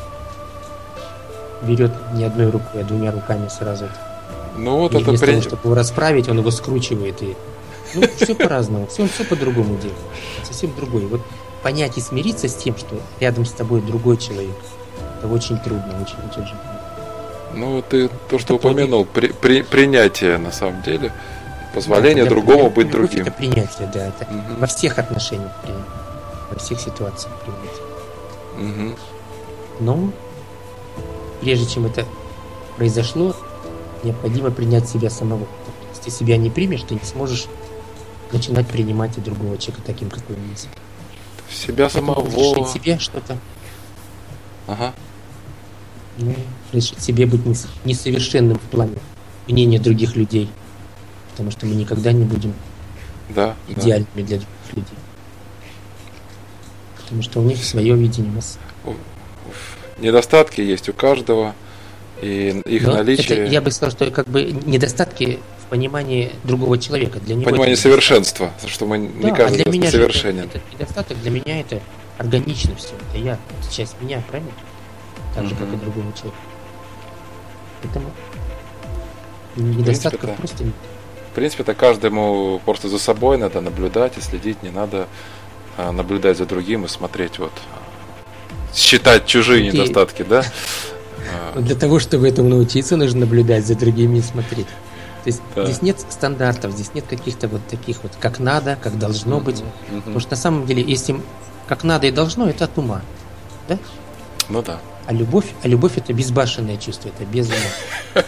C: берет не одной рукой, а двумя руками сразу.
B: Ну вот
C: и
B: это
C: вместо
B: при...
C: того, чтобы его расправить, он его скручивает и ну, все по-разному, все, он все по-другому делает, совсем другой. Вот понять и смириться с тем, что рядом с тобой другой человек, это очень трудно, очень тяжело.
B: Ну, ты то, что это упомянул, при, при, принятие на самом деле, позволение
C: да,
B: другому быть
C: любовь
B: другим.
C: Это принятие, да, это
B: угу.
C: во всех отношениях принятие, во всех ситуациях принятие.
B: Угу.
C: Но прежде чем это произошло, необходимо принять себя самого. Если ты себя не примешь, ты не сможешь начинать принимать и другого человека таким, какой он есть.
B: Себя самого.
C: Решить себе что-то.
B: Ага.
C: Ну, решить себе быть несовершенным в плане мнения других людей. Потому что мы никогда не будем
B: да,
C: идеальными
B: да.
C: для других людей. Потому что у них свое видение у нас.
B: Недостатки есть у каждого, и их
C: Но
B: наличие...
C: Это, я бы сказал, что как бы недостатки в понимании другого человека. Для него
B: понимание совершенства, что мы
C: да,
B: не каждый
C: а для меня
B: совершенен.
C: Это, это недостаток, для меня это органично все. Это я, это часть меня, правильно? Так же, mm-hmm. как и другого человека. Поэтому недостатков
B: принципе,
C: просто нет.
B: В принципе, это каждому просто за собой надо наблюдать и следить, не надо а, наблюдать за другим и смотреть, вот, считать чужие
C: Ты...
B: недостатки, да?
C: Для того, чтобы этому научиться, нужно наблюдать за другими и смотреть. То есть
B: да.
C: здесь нет стандартов, здесь нет каких-то вот таких вот, как надо, как должно быть.
B: Mm-hmm.
C: Потому что на самом деле, если как надо и должно, это от ума. Да?
B: Ну да.
C: А любовь, а любовь это безбашенное чувство, это без ума.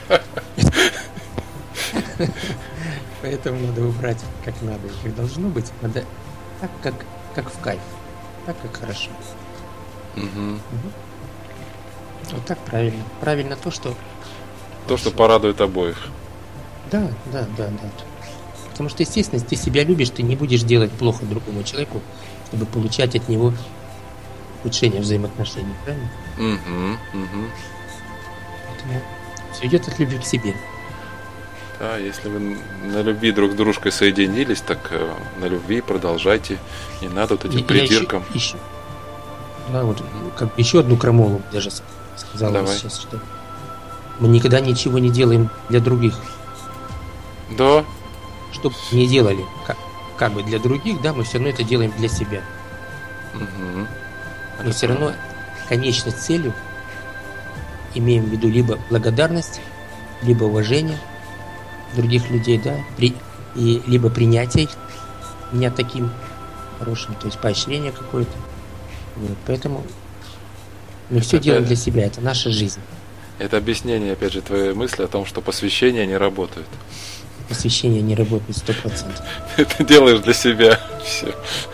C: Поэтому надо убрать как надо, как должно быть. Надо так, как, как в кайф. Так, как хорошо.
B: Угу.
C: Вот так правильно. Правильно то, что...
B: То, что порадует обоих.
C: Да, да, да, да. Потому что, естественно, если ты себя любишь, ты не будешь делать плохо другому человеку, чтобы получать от него улучшение взаимоотношений, правильно?
B: Угу, угу.
C: Поэтому все идет от любви к себе.
B: Да, если вы на любви друг с дружкой соединились, так э, на любви продолжайте. Не надо вот этим
C: И- я
B: придиркам.
C: еще, еще, да, вот, как бы еще одну крамолу даже сказал
B: Давай.
C: сейчас, что мы никогда ничего не делаем для других.
B: Да,
C: Что бы мы не делали, как, как бы для других, да, мы все равно это делаем для себя.
B: угу.
C: Но все равно конечной целью имеем в виду либо благодарность, либо уважение других людей, да, при, и либо принятие их, меня таким хорошим, то есть поощрение какое-то. Вот, поэтому мы все
B: Это
C: делаем
B: опять-
C: для себя, это наша жизнь.
B: Это объяснение, опять же, твоей мысли о том, что посвящения не работают.
C: Посвящение не работает сто процентов.
B: Ты это делаешь для себя. Все.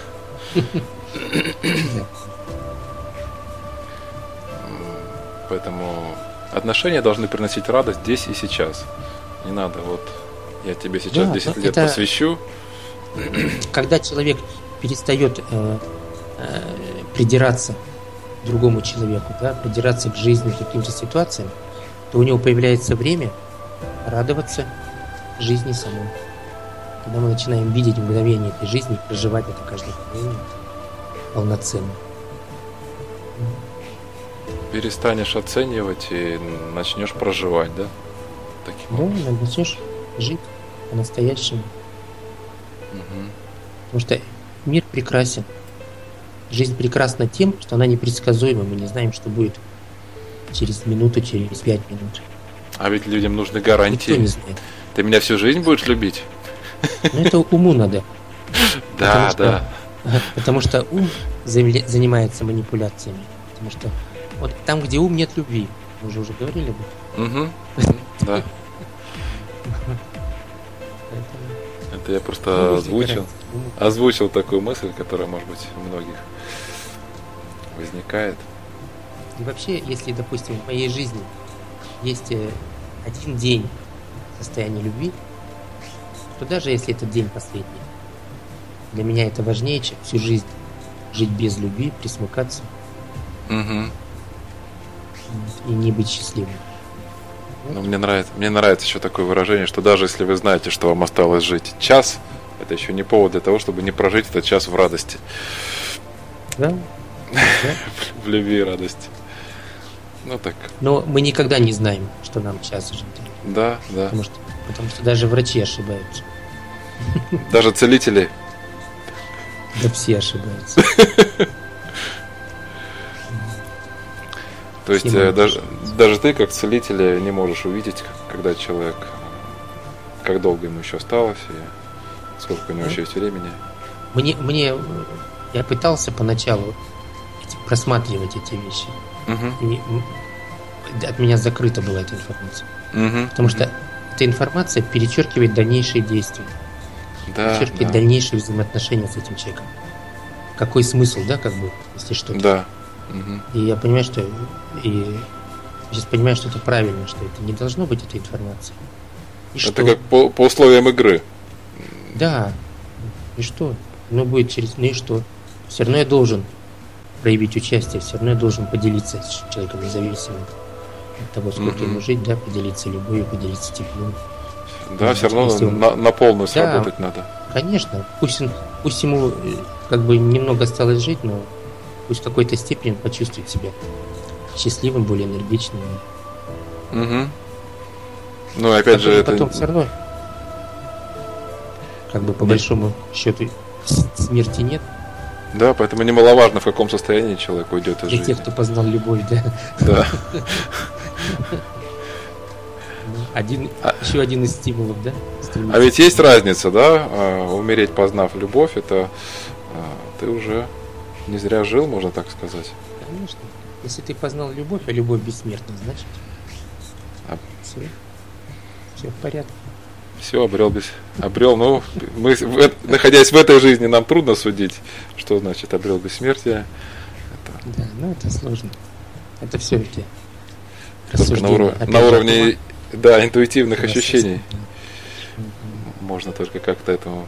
B: Поэтому отношения должны приносить радость здесь и сейчас. Не надо, вот я тебе сейчас
C: Да,
B: десять
C: ну,
B: лет
C: это-
B: посвящу.
C: Когда человек перестает э, э, придираться к другому человеку, да, придираться к жизни, к каким-то ситуациям, то у него появляется время радоваться жизни самой. Когда мы начинаем видеть мгновение этой жизни, и проживать это каждое мгновение полноценно.
B: Перестанешь оценивать и начнешь проживать, да? Таким
C: Да, начнешь жить по-настоящему.
B: Мгм.
C: Потому что мир прекрасен. Жизнь прекрасна тем, что она непредсказуема. Мы не знаем, что будет через минуту, через пять минут.
B: А ведь людям нужны
C: Никто не
B: гарантии.
C: знает.
B: Ты меня всю жизнь будешь любить?
C: Но это уму надо.
B: Да,
C: Потому
B: да.
C: Потому что ум заявля- занимается манипуляциями. Потому что вот там, где ум, нет любви. Мы уже уже говорили об этом.
B: Мгм. Мгм. Да.
C: Поэтому
B: Это я
C: ум
B: просто
C: есть
B: озвучил.
C: гарантия. Ум-
B: Озвучил такую мысль, которая, может быть, у многих возникает.
C: И вообще, если, допустим, в моей жизни есть э, один день состояния любви, то даже если этот день последний, для меня это важнее, чем всю жизнь жить без любви, присмыкаться
B: Мгм.
C: вот, и не быть счастливым.
B: Но мне нравится, мне нравится еще такое выражение, что даже если вы знаете, что вам осталось жить час, это еще не повод для того, чтобы не прожить этот час в радости,
C: Да? Да?
B: в любви и радости. Ну так,
C: Но мы никогда не знаем, что нам час жить.
B: да, да.
C: Потому что, потому что даже врачи ошибаются.
B: Даже целители.
C: Да все ошибаются.
B: То есть
C: Все
B: э,
C: мы
B: даже, даже ты, как целитель, э, не можешь увидеть, когда человек, как долго ему еще осталось и сколько у него
C: Ну.
B: еще есть времени.
C: Мне, мне, э, я пытался поначалу эти- просматривать эти вещи.
B: Мгм.
C: И м, от меня закрыта была эта информация.
B: Мгм.
C: Потому что эта информация перечеркивает дальнейшие действия,
B: да,
C: перечеркивает
B: да,
C: дальнейшие взаимоотношения с этим человеком. Какой смысл, да, как бы, если что-то.
B: да. Мгм.
C: И я понимаю, что и я сейчас понимаю, что это правильно, что это не должно быть этой информации. И
B: Это
C: что?
B: как по, по условиям игры.
C: Да. И что? Ну будет через. Ну и что? Все равно я должен проявить участие, все равно я должен поделиться с человеком, независимо от того, сколько
B: Мгм.
C: ему жить, да, поделиться любовью, поделиться теплом.
B: Да, все равно
C: Если он-
B: на, на полную
C: Да.
B: сработать надо.
C: Конечно, пусть, он, пусть ему э, как бы немного осталось жить, но пусть в какой-то степени он почувствует себя счастливым, более энергичным.
B: Мгм. Ну и опять же,
C: Потом,
B: это
C: потом все равно, как бы по
B: Не-
C: большому счету, с- смерти нет.
B: да, поэтому немаловажно, в каком состоянии человек уйдет из
C: Для
B: жизни.
C: тех, кто познал любовь, да.
B: Да.
C: Один,
B: А-
C: еще один из стимулов, да?
B: А ведь есть разница, да? А, Умереть, познав любовь, это а, ты уже не зря жил, можно так сказать.
C: Конечно. Если ты познал любовь, а любовь бессмертна, значит,
B: А-
C: все, все в порядке.
B: Все, обрел без... Обрел, ну, мы, в эт- находясь в этой жизни, нам трудно судить, что значит обрел бессмертие. Это
C: Да, ну это сложно. Это все-таки
B: на, уров... на уровне да, интуитивных ощущений. Можно только как-то этому...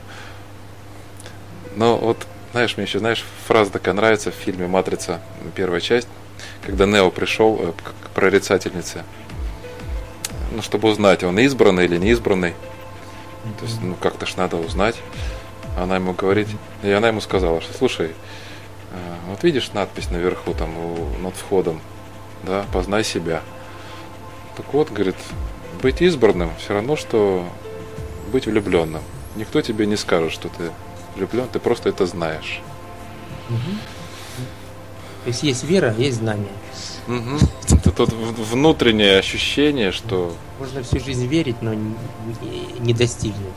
B: Но вот, знаешь, мне еще, знаешь, фраза такая нравится в фильме «Матрица», первая часть, когда Нео пришел к прорицательнице, ну, чтобы узнать, он избранный или не избранный. Mm-hmm. То есть, ну, как-то ж надо узнать. Она ему говорит, и она ему сказала, что, слушай, вот видишь надпись наверху, там, над входом, да, познай себя. Так вот, говорит, быть избранным все равно, что быть влюбленным. Никто тебе не скажет, что ты влюблен, ты просто это знаешь.
C: Угу. То есть есть вера, есть знание.
B: Угу. Это тот внутреннее ощущение, что...
C: Можно всю жизнь верить, но не достигнуть.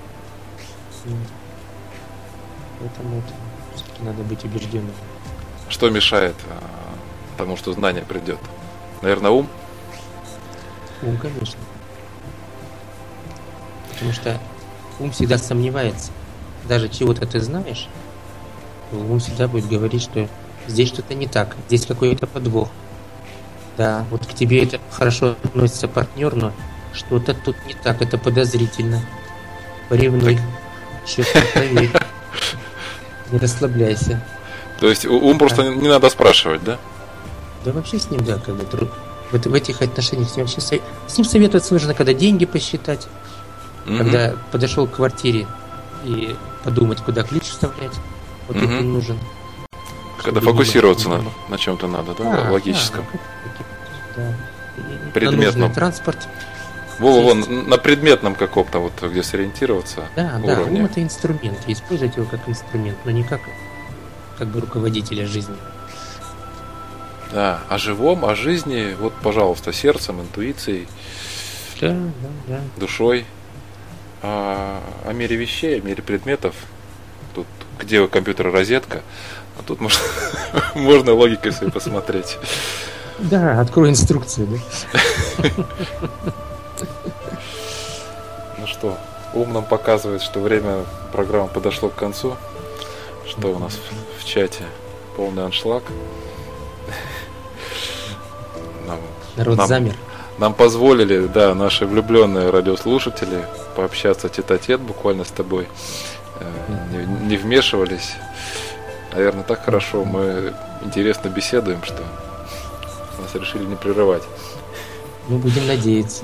C: Поэтому надо быть убежденным.
B: Что мешает тому, что знание придет? Наверное, ум?
C: Ум, конечно. Потому что ум всегда сомневается. Даже чего-то ты знаешь, ум всегда будет говорить, что здесь что-то не так, здесь какой-то подвох. Да, вот к тебе это хорошо относится партнер, но что-то тут не так, это подозрительно. Поревнуй, что-то проверь. Не расслабляйся.
B: То есть ум просто да. не надо спрашивать, да?
C: Да вообще с ним, да, как бы друг. В, в этих отношениях с ним вообще со... с ним советоваться нужно, когда деньги посчитать, mm-hmm. когда подошел к квартире и подумать, куда ключ вставлять. Вот mm-hmm. это нужен.
B: Когда фокусироваться на, на чем-то надо, да, а, логическом.
C: Да, да.
B: Предметном.
C: На транспорт.
B: Вова, вон, на предметном каком-то, вот где сориентироваться.
C: Да, да, ум это инструмент. Использовать его как инструмент, но не как, как бы руководителя жизни.
B: Да, о живом, о жизни, вот, пожалуйста, сердцем, интуицией,
C: да, да, да.
B: душой. А о мире вещей, о мире предметов, тут где компьютер розетка, а тут можно, можно логикой своей посмотреть.
C: Да, открой инструкцию, да.
B: Ну что, ум нам показывает, что время программы подошло к концу. Что у нас в, в чате? Полный аншлаг. Нам,
C: Народ
B: нам,
C: замер.
B: Нам позволили, да, наши влюбленные радиослушатели пообщаться тет-а-тет буквально с тобой. Не, не вмешивались. Наверное, так хорошо мы интересно беседуем, что нас решили не прерывать.
C: Ну, будем надеяться.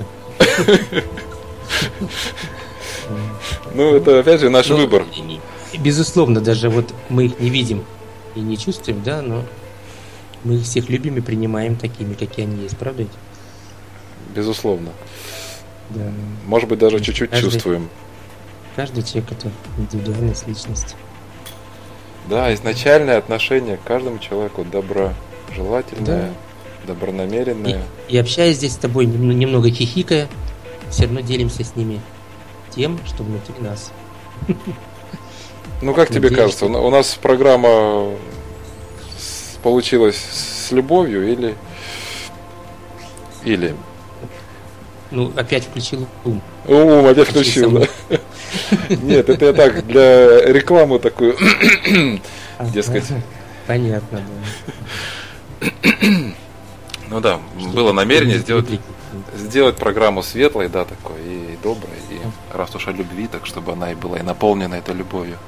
B: Ну, это опять же наш выбор.
C: Безусловно, даже вот мы их не видим и не чувствуем, да, но мы их всех любим и принимаем такими, какие они есть, правда ведь?
B: Безусловно.
C: Да.
B: Может быть, даже чуть-чуть
C: каждый,
B: чувствуем.
C: Каждый человек это индивидуальность личности.
B: Да, изначальное отношение к каждому человеку доброжелательное, да. добронамеренное.
C: И, и общаясь здесь с тобой, немного хихикая, все равно делимся с ними тем, что внутри нас.
B: Ну, как тебе кажется, у нас программа получилась с любовью или... Или...
C: Ну, опять включил ум.
B: Ум опять включил, да? Нет, это я так, для рекламы такую, дескать.
C: Понятно,
B: да. Ну да, было намерение сделать, сделать программу светлой, да, такой, и доброй, и раз уж о любви, так чтобы она и была и наполнена этой любовью.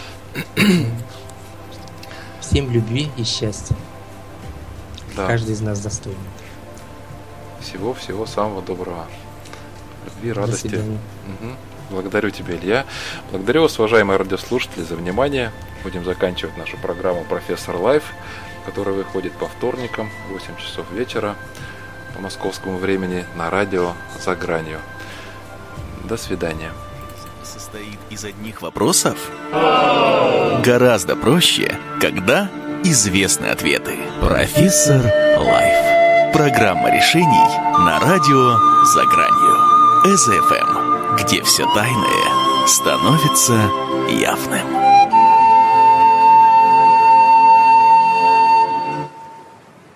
C: Всем любви и счастья.
B: Да.
C: Каждый из нас достоин.
B: Всего-всего самого доброго. Любви, радости. Угу. Благодарю тебя, Илья. Благодарю вас, уважаемые радиослушатели, за внимание. Будем заканчивать нашу программу «Профессор Лайф», которая выходит по вторникам в восемь часов вечера по московскому времени на радио «За гранью». До свидания.
A: Состоит из одних вопросов? Гораздо проще, когда известны ответы. Профессор Лайф. Программа решений на радио «За гранью». эс эф эм, где все тайное становится явным.